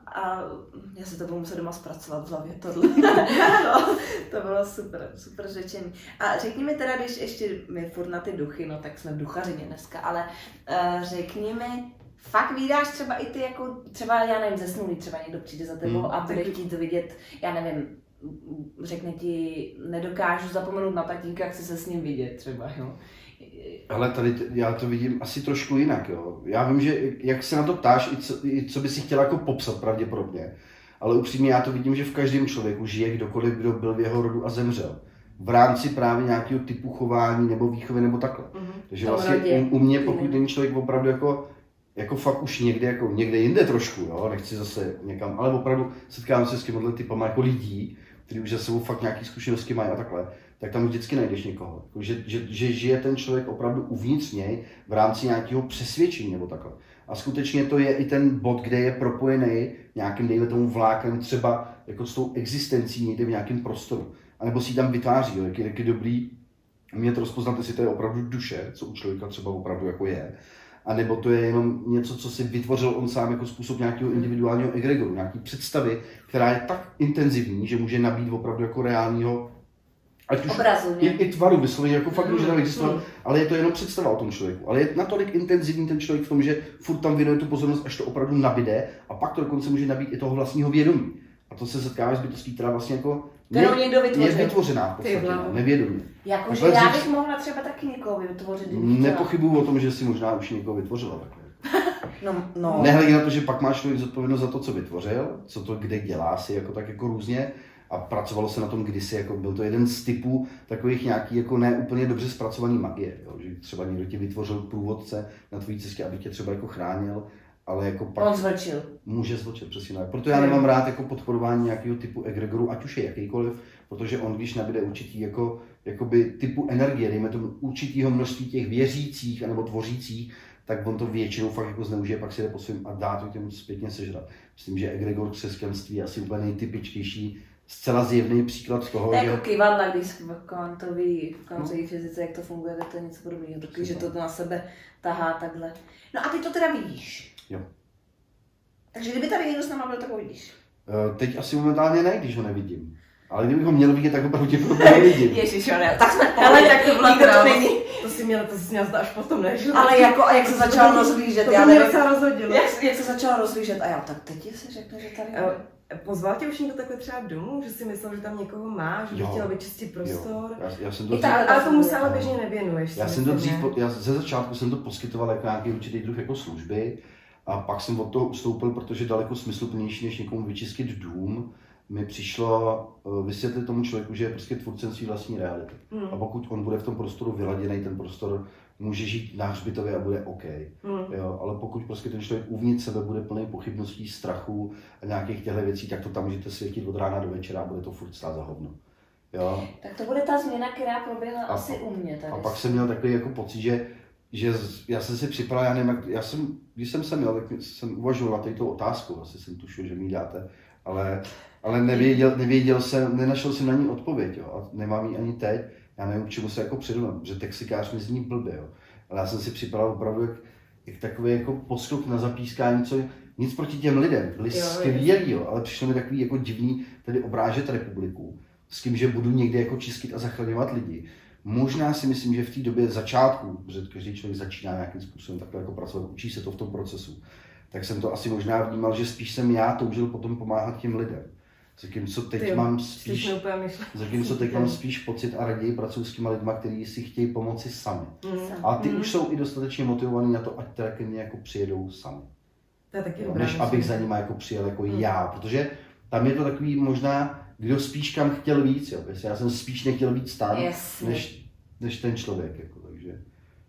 A já si to budu muset doma zpracovat v hlavě tohle. No, to bylo super, super řečení. A řekni mi teda, když ještě my furt na ty duchy, no tak jsme v duchařině dneska, ale uh, řekni mi, fakt vídáš třeba i ty jako, třeba já nevím, zesnulý, třeba někdo přijde za tebou hmm. a bude chtít to vidět, já nevím, řekne ti, nedokážu zapomenout na tatínka, jak si se s ním vidět třeba, jo. Ale tady t- já to vidím asi trošku jinak, jo. Já vím, že jak se na to ptáš, i co, i co by si chtěla jako popsat pravděpodobně, ale upřímně já to vidím, že v každém člověku žije kdokoliv, kdo byl v jeho rodu a zemřel. V rámci právě nějakého typu chování nebo výchovy nebo takhle. Mm-hmm. Takže vlastně u, u mě, pokud není člověk opravdu jako jako fakt už někde, jako někde jinde trošku, jo, nechci zase někam, ale opravdu setkávám se s těmhle typama jako lidí, kteří už za sebou fakt nějaké zkušenosti mají a takhle, tak tam vždycky najdeš někoho. Jako, že, že, že žije ten člověk opravdu uvnitř něj v rámci nějakého přesvědčení nebo takhle. A skutečně to je i ten bod, kde je propojený nějakým, dejme tomu vlákem, třeba jako s tou existencí někde v nějakém prostoru. A nebo si ji tam vytváří, jo, jak je, jak je dobrý mě to rozpoznat, jestli to je opravdu duše, co u člověka třeba opravdu jako je. A nebo to je jenom něco, co si vytvořil on sám jako způsob nějakého individuálního egregoru, nějaký představy, která je tak intenzivní, že může nabít opravdu jako reálního ať už obrazu, i, i tvaru vysloveně, jako fakt může tam existovat, mm. ale je to jenom představa o tom člověku. Ale je natolik intenzivní ten člověk v tom, že furt tam věnuje tu pozornost, až to opravdu nabide a pak to dokonce může nabít i toho vlastního vědomí. A to se setkává s bytostí, která vlastně jako ne, je vytvořená v podstatě, nevědomě. Jakože já bych dřív... mohla třeba taky někoho vytvořit. Nepochybuju o tom, že si možná už někoho vytvořila takhle. No, no. Nehledě na to, že pak máš člověk zodpovědnost za to, co vytvořil, co to kde dělá si jako tak jako různě a pracovalo se na tom kdysi, jako byl to jeden z typů takových nějaký jako neúplně dobře zpracovaný magie, jo? Že třeba někdo ti vytvořil průvodce na tvojí cestě, aby tě třeba jako chránil, ale jako pak... On zvlčil. Může zvlčit, přesně tak. Proto já nemám rád jako podporování nějakého typu egregoru, ať už je jakýkoliv, protože on, když nabíde určitý jako, jakoby typu energie, dejme tomu určitýho množství těch věřících anebo tvořících, tak on to většinou fakt jako zneužije, pak si jde po svým a dá to těm zpětně sežrat. Myslím, že egregor křesťanství je asi úplně nejtypičtější, zcela zjevný příklad toho, to je že... jako kyvadla, když v kvantové no. fyzice, jak to funguje, tak to je něco podobného, takový, že to na sebe tahá takhle. No a ty to teda vidíš. Jo. Takže kdyby tady někdo s náma byl, tak ho vidíš. Uh, teď asi momentálně ne, když ho nevidím. Ale kdybych ho měl vidět, tak ho pravděpodobně nevidím. Ježiš, ne, tak jsme ale jak to byla to není. To si měla, to si měla až potom, ne? Ale jako, a jak se začal rozhlížet, to já nevím. Jak, jak se začal rozhlížet a já, tak teď si řekne, že tady je. Pozval tě už někdo takhle třeba domů, že si myslel, že tam někoho má, že by chtěl vyčistit prostor? Já, já jsem to dřív, ta, ale tomu se ale běžně nevěnuješ. Já jsem to dřív, já ze začátku jsem to poskytoval jako nějaký určitý druh jako služby a pak jsem od toho ustoupil, protože daleko smysluplnější, než někomu vyčistit dům, mi přišlo vysvětlit tomu člověku, že je prostě tvůrcem svý vlastní reality. Hmm. A pokud on bude v tom prostoru vyladěný, ten prostor může žít na hřbitově a bude OK. Hmm. Jo, ale pokud prostě ten člověk uvnitř sebe bude plný pochybností, strachu a nějakých těchto věcí, tak to tam můžete světit od rána do večera a bude to furt stát za hovno. Jo. Tak to bude ta změna, která proběhla a asi u mě tady. A pak jsem měl takový jako pocit, že, že já jsem si připravil, já nevím, jak, já jsem, když jsem se měl, tak jsem uvažoval na této otázku, asi jsem tušil, že mi ji dáte, ale, ale nevěděl, nevěděl jsem, nenašel jsem na ní odpověď, jo, a nemám ji ani teď. Já nevím, k čemu se jako přirovnat, protože taxikář mi zní blbě, jo. Ale já jsem si připravil opravdu jak, jak takový jako poskok na zapískání, co nic proti těm lidem, byli skvělí, jo, ale přišlo mi takový jako divný tedy obrážet republiku, s tím, že budu někde jako čistit a zachraňovat lidi. Možná si myslím, že v té době začátku, protože každý člověk začíná nějakým způsobem takhle jako pracovat, učí se to v tom procesu, tak jsem to asi možná vnímal, že spíš jsem já toužil potom pomáhat těm lidem. Zatímco teď Ty, mám spíš, zatímco teď mám spíš pocit a raději pracuji s těma lidma, kteří si chtějí pomoci sami. Mm. A ty mm. už jsou i dostatečně motivovaní na to, ať teda ke mně jako přijedou sami. To je taky no, než abych za nima jako přijel jako mm. já, protože tam je to takový možná, kdo spíš kam chtěl víc, jo. Já jsem spíš nechtěl víc tam, než, než ten člověk, jako, takže.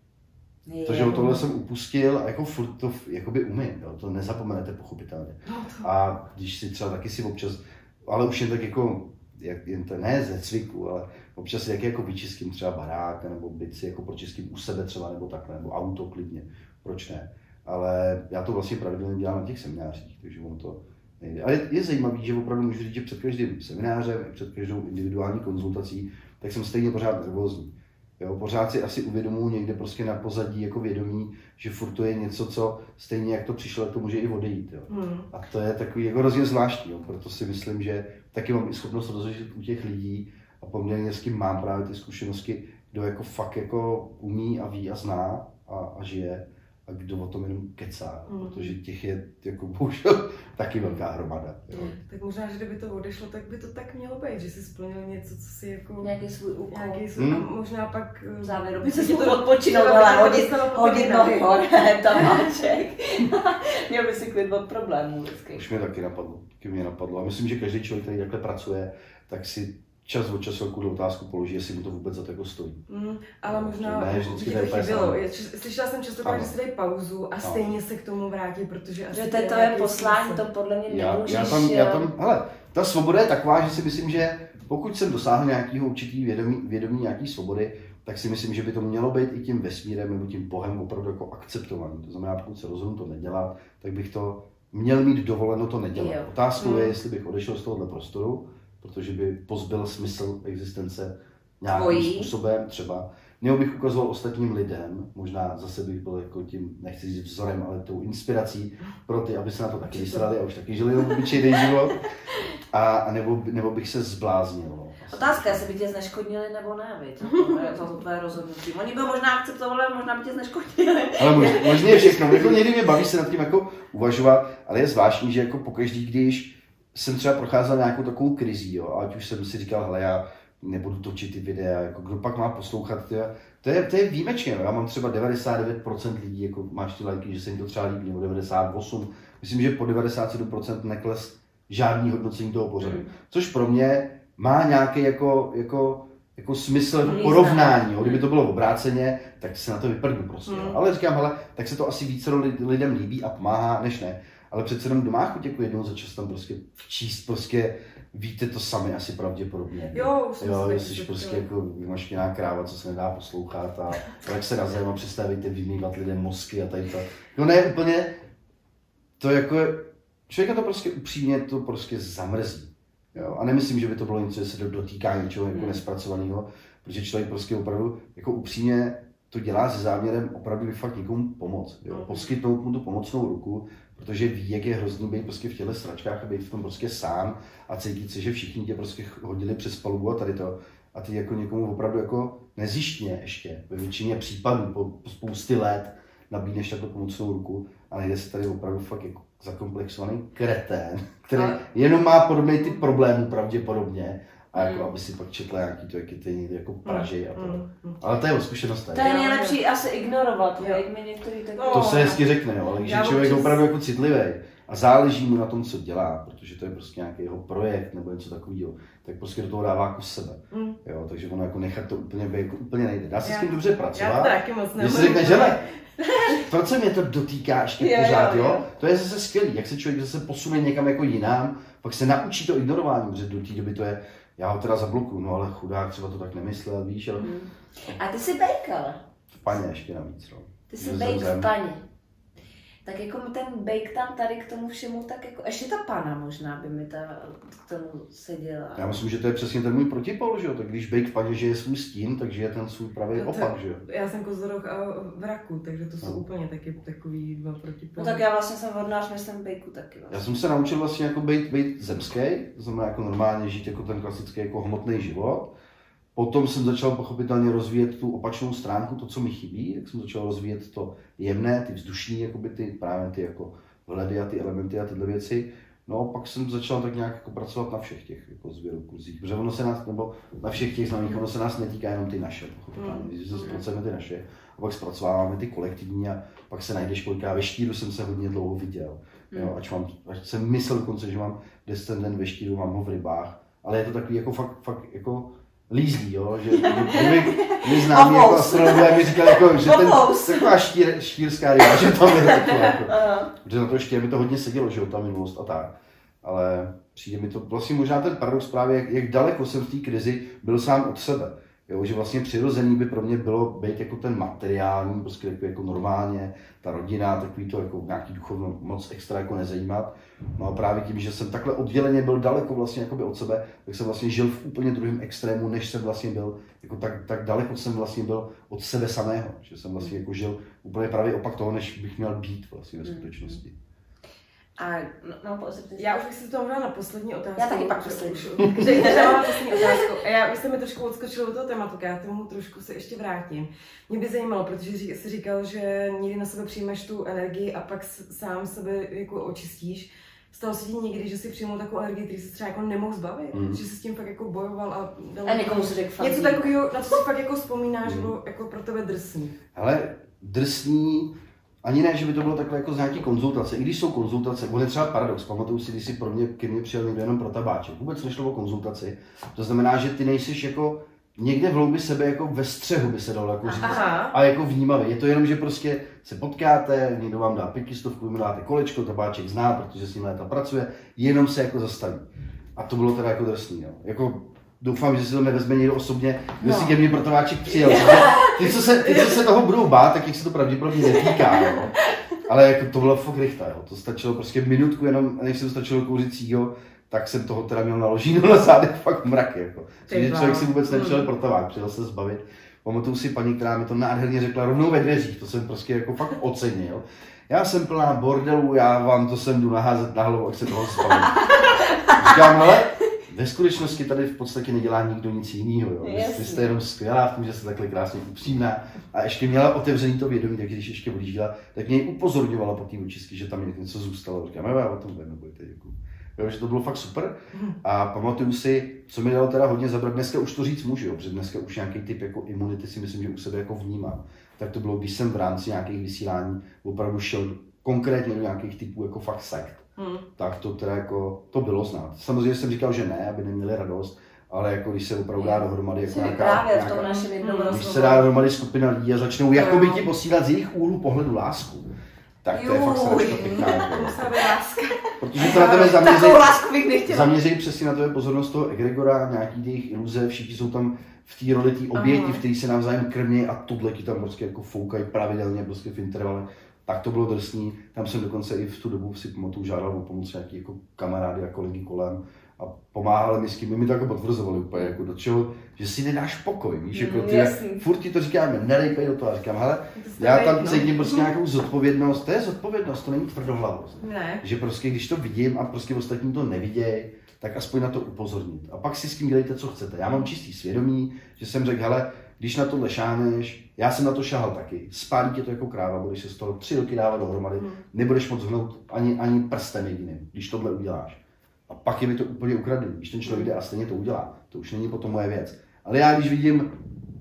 Je, takže o tohle jsem upustil a jako furt to jakoby umím, jo. To nezapomenete pochopitelně. A když si třeba taky si občas, ale už jen tak jako, jak, jen to, ne ze cviku, ale občas jak jako vyčistím třeba barák, nebo byt si jako pročistím u sebe třeba, nebo takhle, nebo auto klidně, proč ne. Ale já to vlastně pravidelně dělám na těch seminářích, takže on to nejde. Ale je, je zajímavý, že opravdu můžu říct, že před každým seminářem, před každou individuální konzultací, tak jsem stejně pořád nervózní. Jo, pořád si asi uvědomuji někde prostě na pozadí jako vědomí, že furt to je něco, co stejně jak to přišlo, to může i odejít. Jo. Hmm. A to je takový jako hrozně zvláštní, jo. Proto si myslím, že taky mám i schopnost rozlišit u těch lidí a poměrně s kým mám právě ty zkušenosti, kdo jako fakt jako umí a ví a zná a, a žije a kdo o tom jenom kecá, hmm. protože těch je jako bohužel taky velká hromada. Jo. Tak možná, že kdyby to odešlo, tak by to tak mělo být, že si splnil něco, co si jako... Nějaký svůj úkol. Nějaký svůj, hmm. a možná pak... V závěru by se si odpočinout, ale hodit, hodit nohy hore, Tomáček. Měl by si klid od problémů vždycky. Už mě taky napadlo, taky mě napadlo. A myslím, že každý člověk, který takhle pracuje, tak si čas od času tu otázku položí, jestli mu to vůbec za to jako stojí. Mm, ale možná ne, vždycky to chybělo. Slyšela jsem častokrát, že si dají pauzu a ano. stejně se k tomu vrátí, protože asi... Že to, to je poslání, to podle mě nemůžeš... Já, já tam, já tam, hele, ta svoboda je taková, že si myslím, že pokud jsem dosáhl nějakého určitý vědomí, vědomí nějaký svobody, tak si myslím, že by to mělo být i tím vesmírem nebo tím Bohem opravdu jako akceptovaný. To znamená, pokud se rozhodnu to nedělat, tak bych to měl mít dovoleno to nedělat. Jo. Otázkou hmm. je, jestli bych odešel z tohohle prostoru, protože by pozbyl smysl existence nějakým Tvojí. způsobem třeba. Nebo bych ukazoval ostatním lidem, možná zase bych byl jako tím, nechci říct vzorem, ale tou inspirací pro ty, aby se na to taky vysrali a už taky žili jenom obyčejný život. A, a nebo, nebo bych se zbláznil. No. Otázka, jestli by tě zneškodnili nebo ne, viď? To je to tvoje rozhodnutí. Oni by možná akceptovali, ale možná by tě zneškodnili. Ale možná, možná je všechno. Jako někdy mě baví se nad tím jako uvažovat, ale je zvláštní, že jako pokaždý, když jsem třeba procházel nějakou takovou krizí, jo, ať už jsem si říkal, hele, já nebudu točit ty videa, jako kdo pak má poslouchat, ty, to je, to je výjimečně, no. Já mám třeba devadesát devět procent lidí, jako máš ty lajky, že se jim to třeba líbí, nebo devadesát osm procent, myslím, že po devadesát sedm procent nekles žádný hodnocení toho pořadu, mm. což pro mě má nějaký jako, jako, jako smysl v porovnání, jo. Kdyby to bylo obráceně, tak se na to vyprdnu prostě, mm. ale říkám, hele, tak se to asi více lidem líbí a pomáhá, než ne. Ale přece jenom doma chuť jako jednou za čas tam prostě včíst, prostě víte to sami asi pravděpodobně. Jo, už jo, jsi prostě jako vymaštěná kráva, co se nedá poslouchat a jak se nazveme a představíte vymývat lidem mozky a tady to. No ne, úplně, to jako, člověka to prostě upřímně to prostě zamrzí. Jo? A nemyslím, že by to bylo něco, že se dotýká něčeho jako nespracovaného, protože člověk prostě opravdu jako upřímně to dělá se záměrem opravdu fakt někomu pomoct. Jo? Poskytnout mu tu pomocnou ruku, protože ví, jak je hrozný být prostě v těchto sračkách a být v tom prostě sám a cítit se, že všichni tě prostě hodili přes palubu a tady to. A ty jako někomu opravdu jako nezjištně ještě, ve většině případů po, po spousty let nabídneš takto pomocnou ruku a najde se tady opravdu fakt jako zakomplexovaný kretén, který a... jenom má podobný typ problémů pravděpodobně. A jako, mm. aby si pak četla nějaký to, jaký ty někdy jako pražej a to. Mm. Ale to je o zkušenosti. To je nejlepší asi ignorovat, jak mi některý tak... To se hezky řekne, jo, ale když je člověk opravdu jako citlivý a záleží mu na tom, co dělá, protože to je prostě nějaký jeho projekt nebo něco takového, tak prostě do toho dává kus sebe. Mm. Jo, takže ono jako nechat to úplně, jako úplně nejde. Dá se já, s tím dobře pracovat. Já to taky moc když si řekne, že ne, to, co mě to dotýká ještě je, pořád, jo, jo, to je zase skvělý, jak se člověk zase posune někam jako jinam, pak se naučí to ignorování, protože do té doby to je, já ho teda zablokuju, no ale chudák třeba to tak nemyslel, víš, ale... Mm. A ty jsi bake, ale? V paně ještě navíc, no. Ty jsi bake v paně. Tak jako ten bake tam tady k tomu všemu, tak jako, ještě ta pana možná by mi ta k tomu seděla. Já myslím, že to je přesně ten můj protipol, že jo, tak když bake v paně žije svůj stín, tak žije ten svůj pravý no opak, že jo. Já jsem kozoroch a v raku, takže to jsou no. úplně taky takový dva protipoly. No tak já vlastně jsem vodnář, než jsem bakeu taky vlastně. Já jsem se naučil vlastně jako být, být zemský, to znamená jako normálně žít jako ten klasický jako hmotný život. Potom jsem začal pochopitelně rozvíjet tu opačnou stránku, to, co mi chybí, jak jsem začal rozvíjet to jemné, ty vzdušní, jakoby ty, právě ty jako vhledy a ty elementy a tyhle věci. No a pak jsem začal tak nějak jako pracovat na všech těch jako zvěrokurzích, protože ono se nás, nebo na všech těch známých, ono se nás netýká jenom ty naše, pochopitelně, když se zpracujeme ty naše, a pak zpracováváme ty kolektivní a pak se najdeš koliká. Ve Štíru jsem se hodně dlouho viděl, jo, ač, mám, ač jsem myslel dokonce, že mám descendent ve Štíru, mám ho v Rybách, ale je to takový jako fakt, fakt jako lízlý, jo, že kdyby my známí jako astrologové mi říkali, jako, že ten taková štír, štírská ryba, že tam je taková, jako, že na to ještě mi to hodně sedělo, že jo, ta minulost a tak, ale přijde mi to vlastně možná ten paradox právě, jak, jak daleko jsem v té krizi byl sám od sebe, jo, že vlastně přirozený by pro mě bylo být jako ten materiální, prostě jako, jako normálně, ta rodina, takový to jako nějaký duchovno moc extra jako nezajímat. No a právě tím, že jsem takhle odděleně byl daleko vlastně jakoby od sebe, tak jsem vlastně žil v úplně druhém extrému, než jsem vlastně byl, jako tak, tak daleko jsem vlastně byl od sebe samého, že jsem vlastně jako žil úplně právě opak toho, než bych měl být vlastně ve skutečnosti. A no, no, já už bych si to mohla na poslední otázku. Já taky pak poslední. Takže já mám poslední otázku. A já už jsem mi trošku odskočila do toho tématu, já tomu trošku se ještě vrátím. Mě by zajímalo, protože jsi říkal, že někdy na sebe přijmeš tu energii a pak sám sebe jako očistíš. Stalo se ti někdy, že si přijmul takovou energii, který se třeba jako nemohl zbavit? Mm. Že jsi s tím fakt jako bojoval a dal... A někomu si řekl něco takového, na co si fakt jako vzpomínáš, mm. bylo jako pro tebe drsný. Hele, drsný... Ani ne, že by to bylo takhle jako z nějaký konzultace. I když jsou konzultace, bude třeba paradox. Pamatuju si, když si pro mě, ke mně přijel někdo jenom pro tabáček. Vůbec nešlo o konzultaci. To znamená, že ty nejsiš jako někde v hloubi sebe jako ve střehu by se dalo jako říct. Aha. A jako vnímavý. Je to jenom, že prostě se potkáte, někdo vám dá pětistovku, vy mu dáte kolečko, tabáček zná, protože s ním léta pracuje, jenom se jako zastaví. A to bylo teda jako drsný. No. Jako, doufám, že si to nevezme někdo osobně, kdo no. si ke mně pro tabáček přijel. Ty co, se, ty, co se toho budou bát, tak jich se to pravděpodobně netýká. Jo. Ale jako to bylo fakt rychta. Jo. To stačilo prostě minutku, jenom než jsem stačilo kouřicího, tak jsem toho teda měl naložíno na zádech fakt mraky. Jako. Takže člověk si vůbec nepřijel pro tabák, přijel se zbavit. Pamatuju si paní, která mi to nádherně řekla rovnou ve dveřích, to jsem prostě jako fakt ocenil. Já jsem plná bordelů, já vám to sem jdu naházet na hlavu, až se toho zbavím. Říkám, ale ve skutečnosti tady v podstatě nedělá nikdo nic jiného. Jo. Vy jste jenom skvělá v tom, že jste takhle krásně upřímná a ještě měla otevřený to vědomí, takže když ještě odjížděla, tak mě upozorňovala po té očistky, že tam něco zůstalo. Říkám, já o tom vím, nebojte, děkuju. Jo, že to bylo fakt super a pamatuju si, co mi dalo teda hodně zabrat, dneska už to říct můžu, jo, protože dneska už nějaký typ jako imunity si myslím, že u sebe jako vnímám. Tak to bylo, když jsem v rámci nějakých vysílání opravdu šel konkrétně do nějakých typů jako fakt sekt. Hmm. Tak to teda jako, to bylo znát. Samozřejmě jsem říkal, že ne, aby neměli radost, ale jako když se opravdu dá dohromady jako nějaká, právě nějaká, v tom našem jednom když rozhovoru. se dá dohromady skupina lidí a začnou jakoby ti posílat z jejich úhlu pohledu lásku. Tak to je fakt strašně pěkná. Protože to na tebe zaměří, zaměří přesně na tebe pozornost toho egregora, nějaký těch iluze, všichni jsou tam v té roli té oběti, v které se navzájem krmě a tohle ti tam prostě jako foukají pravidelně prostě v intervale. Tak to bylo drsný, tam jsem dokonce i v tu dobu si pamatuju žádal o pomoc nějaký jako kamarády a kolegy kolem a pomáhali mi s tím, my mi to jako potvrzovali úplně jako do čeho, že si nedáš pokoj, víš, jako ty, jak, furt ti to říkáme, nedejpej do toho a říkám, hele, já tam cítím prostě nějakou zodpovědnost, to je zodpovědnost, to není tvrdohlavost, ne. Že prostě když to vidím a prostě ostatní to nevidějí, tak aspoň na to upozornit a pak si s tím dělejte, co chcete. Já mám čistý svědomí, že jsem řekl, hele, když na tohle šáneš, já jsem na to šahal taky, spálí tě to jako kráva, budeš se z toho tři roky dávat dohromady, hmm. nebudeš moc hnout ani, ani prstem jediným, když tohle uděláš. A pak je mi to úplně ukradený, když ten člověk jde a stejně to udělá, to už není potom moje věc. Ale já když vidím,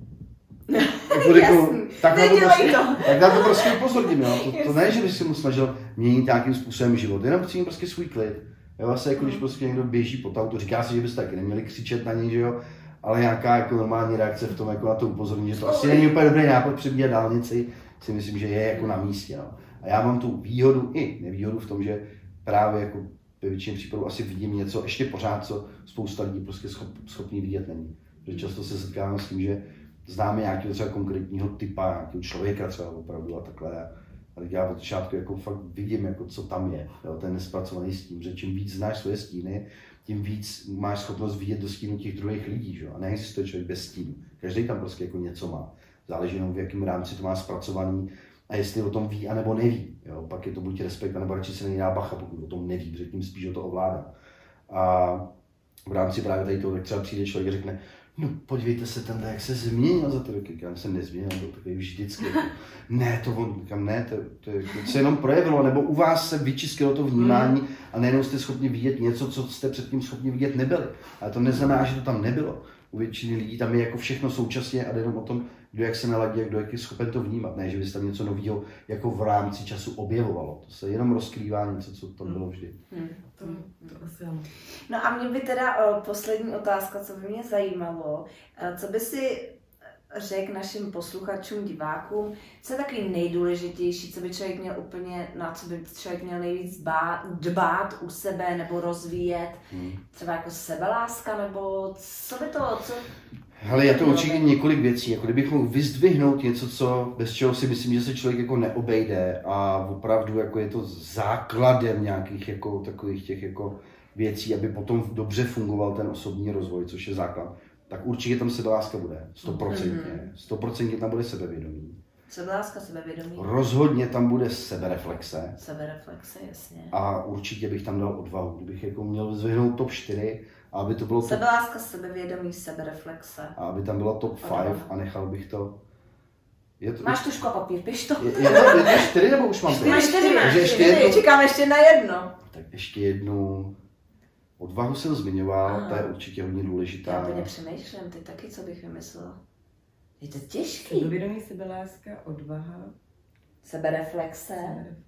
jako řeknu, tak, na to prostě, tak na to prostě upozorním, jo. To, to ne, že bych si mu snažil měnit nějakým způsobem život, jenom chci mít prostě svůj klid. Jo, vlastně jako když prostě někdo běží po autu, říká si, že byste taky neměli křičet na něj, že jo. Ale nějaká jako normální reakce v tom jako na to upozornění, že to asi není úplně dobrý nápad přebíjet dálnici, si myslím, že je jako na místě. No. A já mám tu výhodu i nevýhodu v tom, že právě jako ve většině případů asi vidím něco ještě pořád, co spousta lidí prostě schop, schopný vidět není. Protože často se setkávám s tím, že známe nějakého třeba konkrétního typa, nějakého člověka třeba opravdu a takhle. A já od začátku jako fakt vidím, jako co tam je, jo, ten nespracovaný stín, že čím víc znáš svoje stíny, tím víc máš schopnost vidět do stínu těch druhých lidí, že? A neexistuje člověk bez stínu. Každý tam prostě jako něco má. Záleží jenom v jakém rámci to má zpracovaný a jestli o tom ví anebo neví. Jo? Pak je to buď respekt, anebo radši se nedá bacha, pokud o tom neví, protože tím spíš o to ovládá. A v rámci právě tady toho, tak třeba přijde člověk a řekne, no podívejte se tenhle, jak se změnil za ty roky. Já jsem nezměnil, byl takový vždycky. Ne, to on, říkám, ne, to, to, to se jenom projevilo, nebo u vás se vyčistilo to vnímání a nejenom jste schopni vidět něco, co jste předtím schopni vidět nebyli. Ale to neznamená, že to tam nebylo. U většiny lidí tam je jako všechno současně a jde jenom o tom, kdo jak se naladí a kdo jak je schopen to vnímat. Ne, že by se tam něco nového jako v rámci času objevovalo. To se jenom rozkrývá něco, co tam bylo vždy. Hmm. To, to asi ano. No a mě by teda o, poslední otázka, co by mě zajímalo, co by si řekl našim posluchačům, divákům, co je takový nejdůležitější, co by člověk měl úplně, na co by člověk měl nejvíc dbát, dbát u sebe nebo rozvíjet, hmm. třeba jako sebeláska, nebo co by to, co... Hele, je to určitě několik věcí, jako kdybych mohl vyzdvihnout něco, co, bez čeho si myslím, že se člověk jako neobejde a opravdu jako je to základem nějakých jako takových těch jako věcí, aby potom dobře fungoval ten osobní rozvoj, což je základ. Tak určitě tam sebeláska bude, stoprocentně. Stoprocentně tam bude sebevědomí. Sebeláska, sebevědomí. Rozhodně tam bude sebereflexe. Sebereflexe, jasně. A určitě bych tam dal odvahu, kdybych jako měl zvednout top čtyři, a aby to bylo... Sebeláska, top... sebevědomí, sebereflexe. A aby tam bylo top pět a nechal bych to... Je to... Máš tušku a papír, piš to. Je, je, to, je to čtyři nebo už mám čtyři? Máš čtyři, máš čtyři. Jednu... Čekám ještě na jedno. Tak ještě jednu... Odvahu jsem zmiňoval, Aha. To je určitě hodně důležitá. Já úplně přemýšlím, ty taky, co bych vymyslela. Je to těžký. Sebevědomí, sebeláska, odvaha. Sebereflexe. Sebereflexe.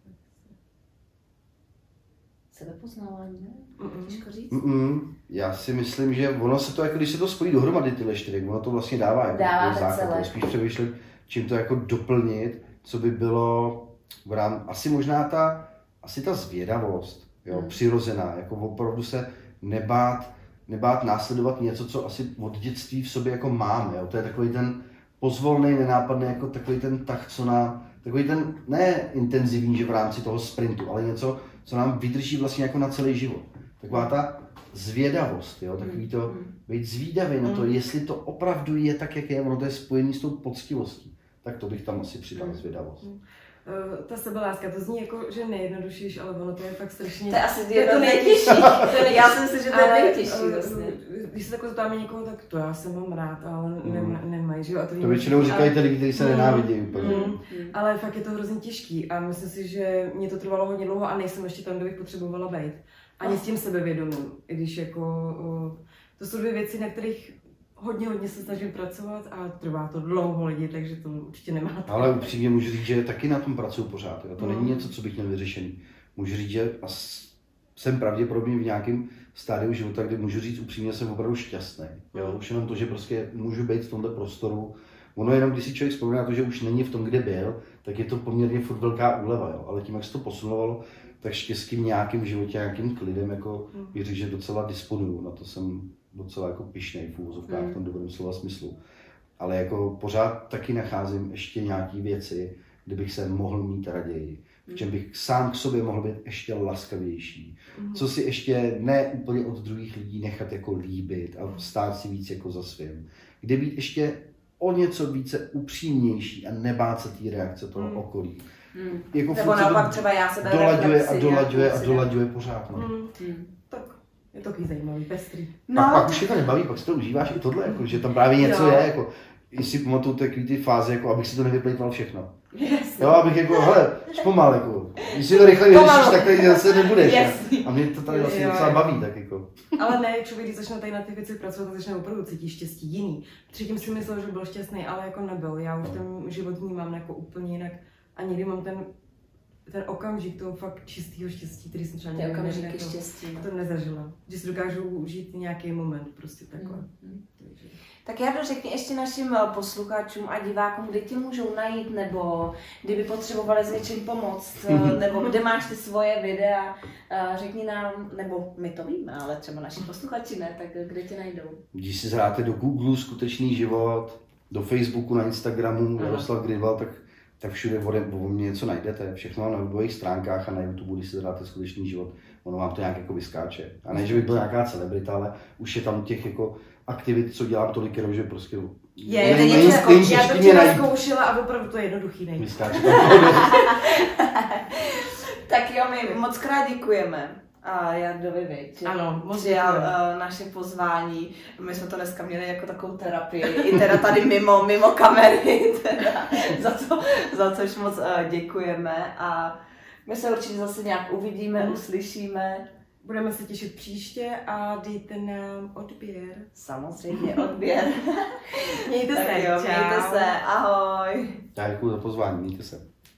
Sebepoznávání, ne? Mm-mm. Těžko říct. Mm-mm. Já si myslím, že ono se to, jako když se to spojí dohromady tyhle čtyři, ono to vlastně dává jako dává základ. Spíš přemýšlím, čím to jako doplnit, co by bylo v rám... asi možná ta, asi ta zvědavost, jo, hmm. přirozená, jako opravdu se nebát, nebát následovat něco, co asi od dětství v sobě jako máme, jo. To je takový ten pozvolný, nenápadný, jako takový ten tah, co nám, takový ten, ne intenzivní, že v rámci toho sprintu, ale něco, co nám vydrží vlastně jako na celý život. Taková ta zvědavost, jo, takový to, být zvídavý na to, jestli to opravdu je tak, jak je, ono to je spojený s tou poctivostí. Tak to bych tam asi přidal, zvědavost. Uh, ta sebeláska, to zní jako, že nejjednoduššíš, ale ono to je fakt strašně... To je asi to, je to nejtěžší. Já si myslím, že to je nejtěžší vlastně. Když se takhle zeptáme někoho, tak to já se mám rád, ale mm. nem, nemají, že jo? A to, to většinou říkají ty lidi, kteří se nenávidí úplně. Mm. Mm. Ale fakt je to hrozně těžký a myslím si, že mě to trvalo hodně dlouho a nejsem ještě tam, kde bych potřebovala být. Ani s tím sebevědomím, i když jako... Uh, to jsou dvě věci, na kterých hodně, hodně se snažím pracovat a trvá to dlouho lidi, takže to určitě nemá. Ale upřímně můžu říct, že taky na tom pracuju pořád. Jo? To mm. není něco, co bych měl vyřešený. Můžu říct, že jsem pravděpodobně v nějakém stádiu života, kde můžu říct upřímně, jsem opravdu šťastný. Jo? Už jenom to, že prostě můžu být v tomto prostoru. Ono jenom, když si člověk vzpomíná na to, že už není v tom, kde byl, tak je to poměrně furt velká úleva. Jo? Ale tím, jak se to posunovalo, tak štěstí v nějakém životě, nějakým klidem, jako bych řekl, že docela disponuju. Na to jsem docela jako pyšnej v úvozovkách v tom dobrém slova smyslu. Ale jako pořád taky nacházím ještě nějaké věci, kde bych se mohl mít raději, v čem bych sám k sobě mohl být ještě laskavější, co si ještě ne úplně od druhých lidí nechat jako líbit a stát si víc jako za svým. Kde být ještě o něco více upřímnější a nebát se té reakce toho mm. okolí. Mm. Jako nebo naopak třeba já se dolaďuje a dolaďuje a dolaďuje pořád. No. Mm. Tak je to takový zajímavý, pestrý. No. A pak už je to nebaví, pak si to užíváš i tohle, jako, že tam právě něco jo. je, jako, jestli pamatuju takový ty fáze, jako, abych si to nevyplejtval všechno. Jasně. Jo, abych jako, hele, zpomal, jako, když si to rychle vyřešíš, tak tady zase nebudeš. A mě to tady vlastně docela baví, tak jako. Ale ne, člověk, když začne tady na ty věci pracovat, tak začne opravdu cítit štěstí jiný. Předtím si myslel, že byl šťastný, ale jako nebyl. Já už ten život vnímám jako úplně jinak a někdy mám ten ten okamžik toho fakt čistého štěstí, který jsem třeba někdy okamžiky štěstí, no. to nezažila. Že si dokážu užít nějaký moment, prostě takhle. Mm. Takže. Tak Jardo, řekni ještě našim posluchačům a divákům, kde tě můžou najít, nebo kdyby potřebovali s něčím pomoct, nebo kde máš ty svoje videa, řekni nám, nebo my to víme, ale třeba naši posluchači ne, tak kde tě najdou? Když si zhráte do Google Skutečný život, do Facebooku, na Instagramu, Jaroslav Grindwald, tak tak všude o mě něco najdete. Všechno mám na webových stránkách a na YouTube, když si zadáte Skutečný život, ono vám to nějak jako vyskáče. A ne, že bych byl nějaká celebrita, ale už je tam těch jako aktivit, co dělám tolik, že prostě... Je, je, je něco zkoušela, já to včera zkoušela a opravdu to je jednoduchý nejde. Vyskáče. Tak jo, my moc krát děkujeme. A Jardovi, viď? Ano, moc děkujeme. Uh, naše pozvání. My jsme to dneska měli jako takovou terapii, i teda tady mimo, mimo kamery, teda, za, to, za což moc uh, děkujeme a my se určitě zase nějak uvidíme, mm. uslyšíme. Budeme se těšit příště a dejte nám odběr. Samozřejmě odběr. Mějte se, jo, mějte se, ahoj. Já děkuji za pozvání, mějte se.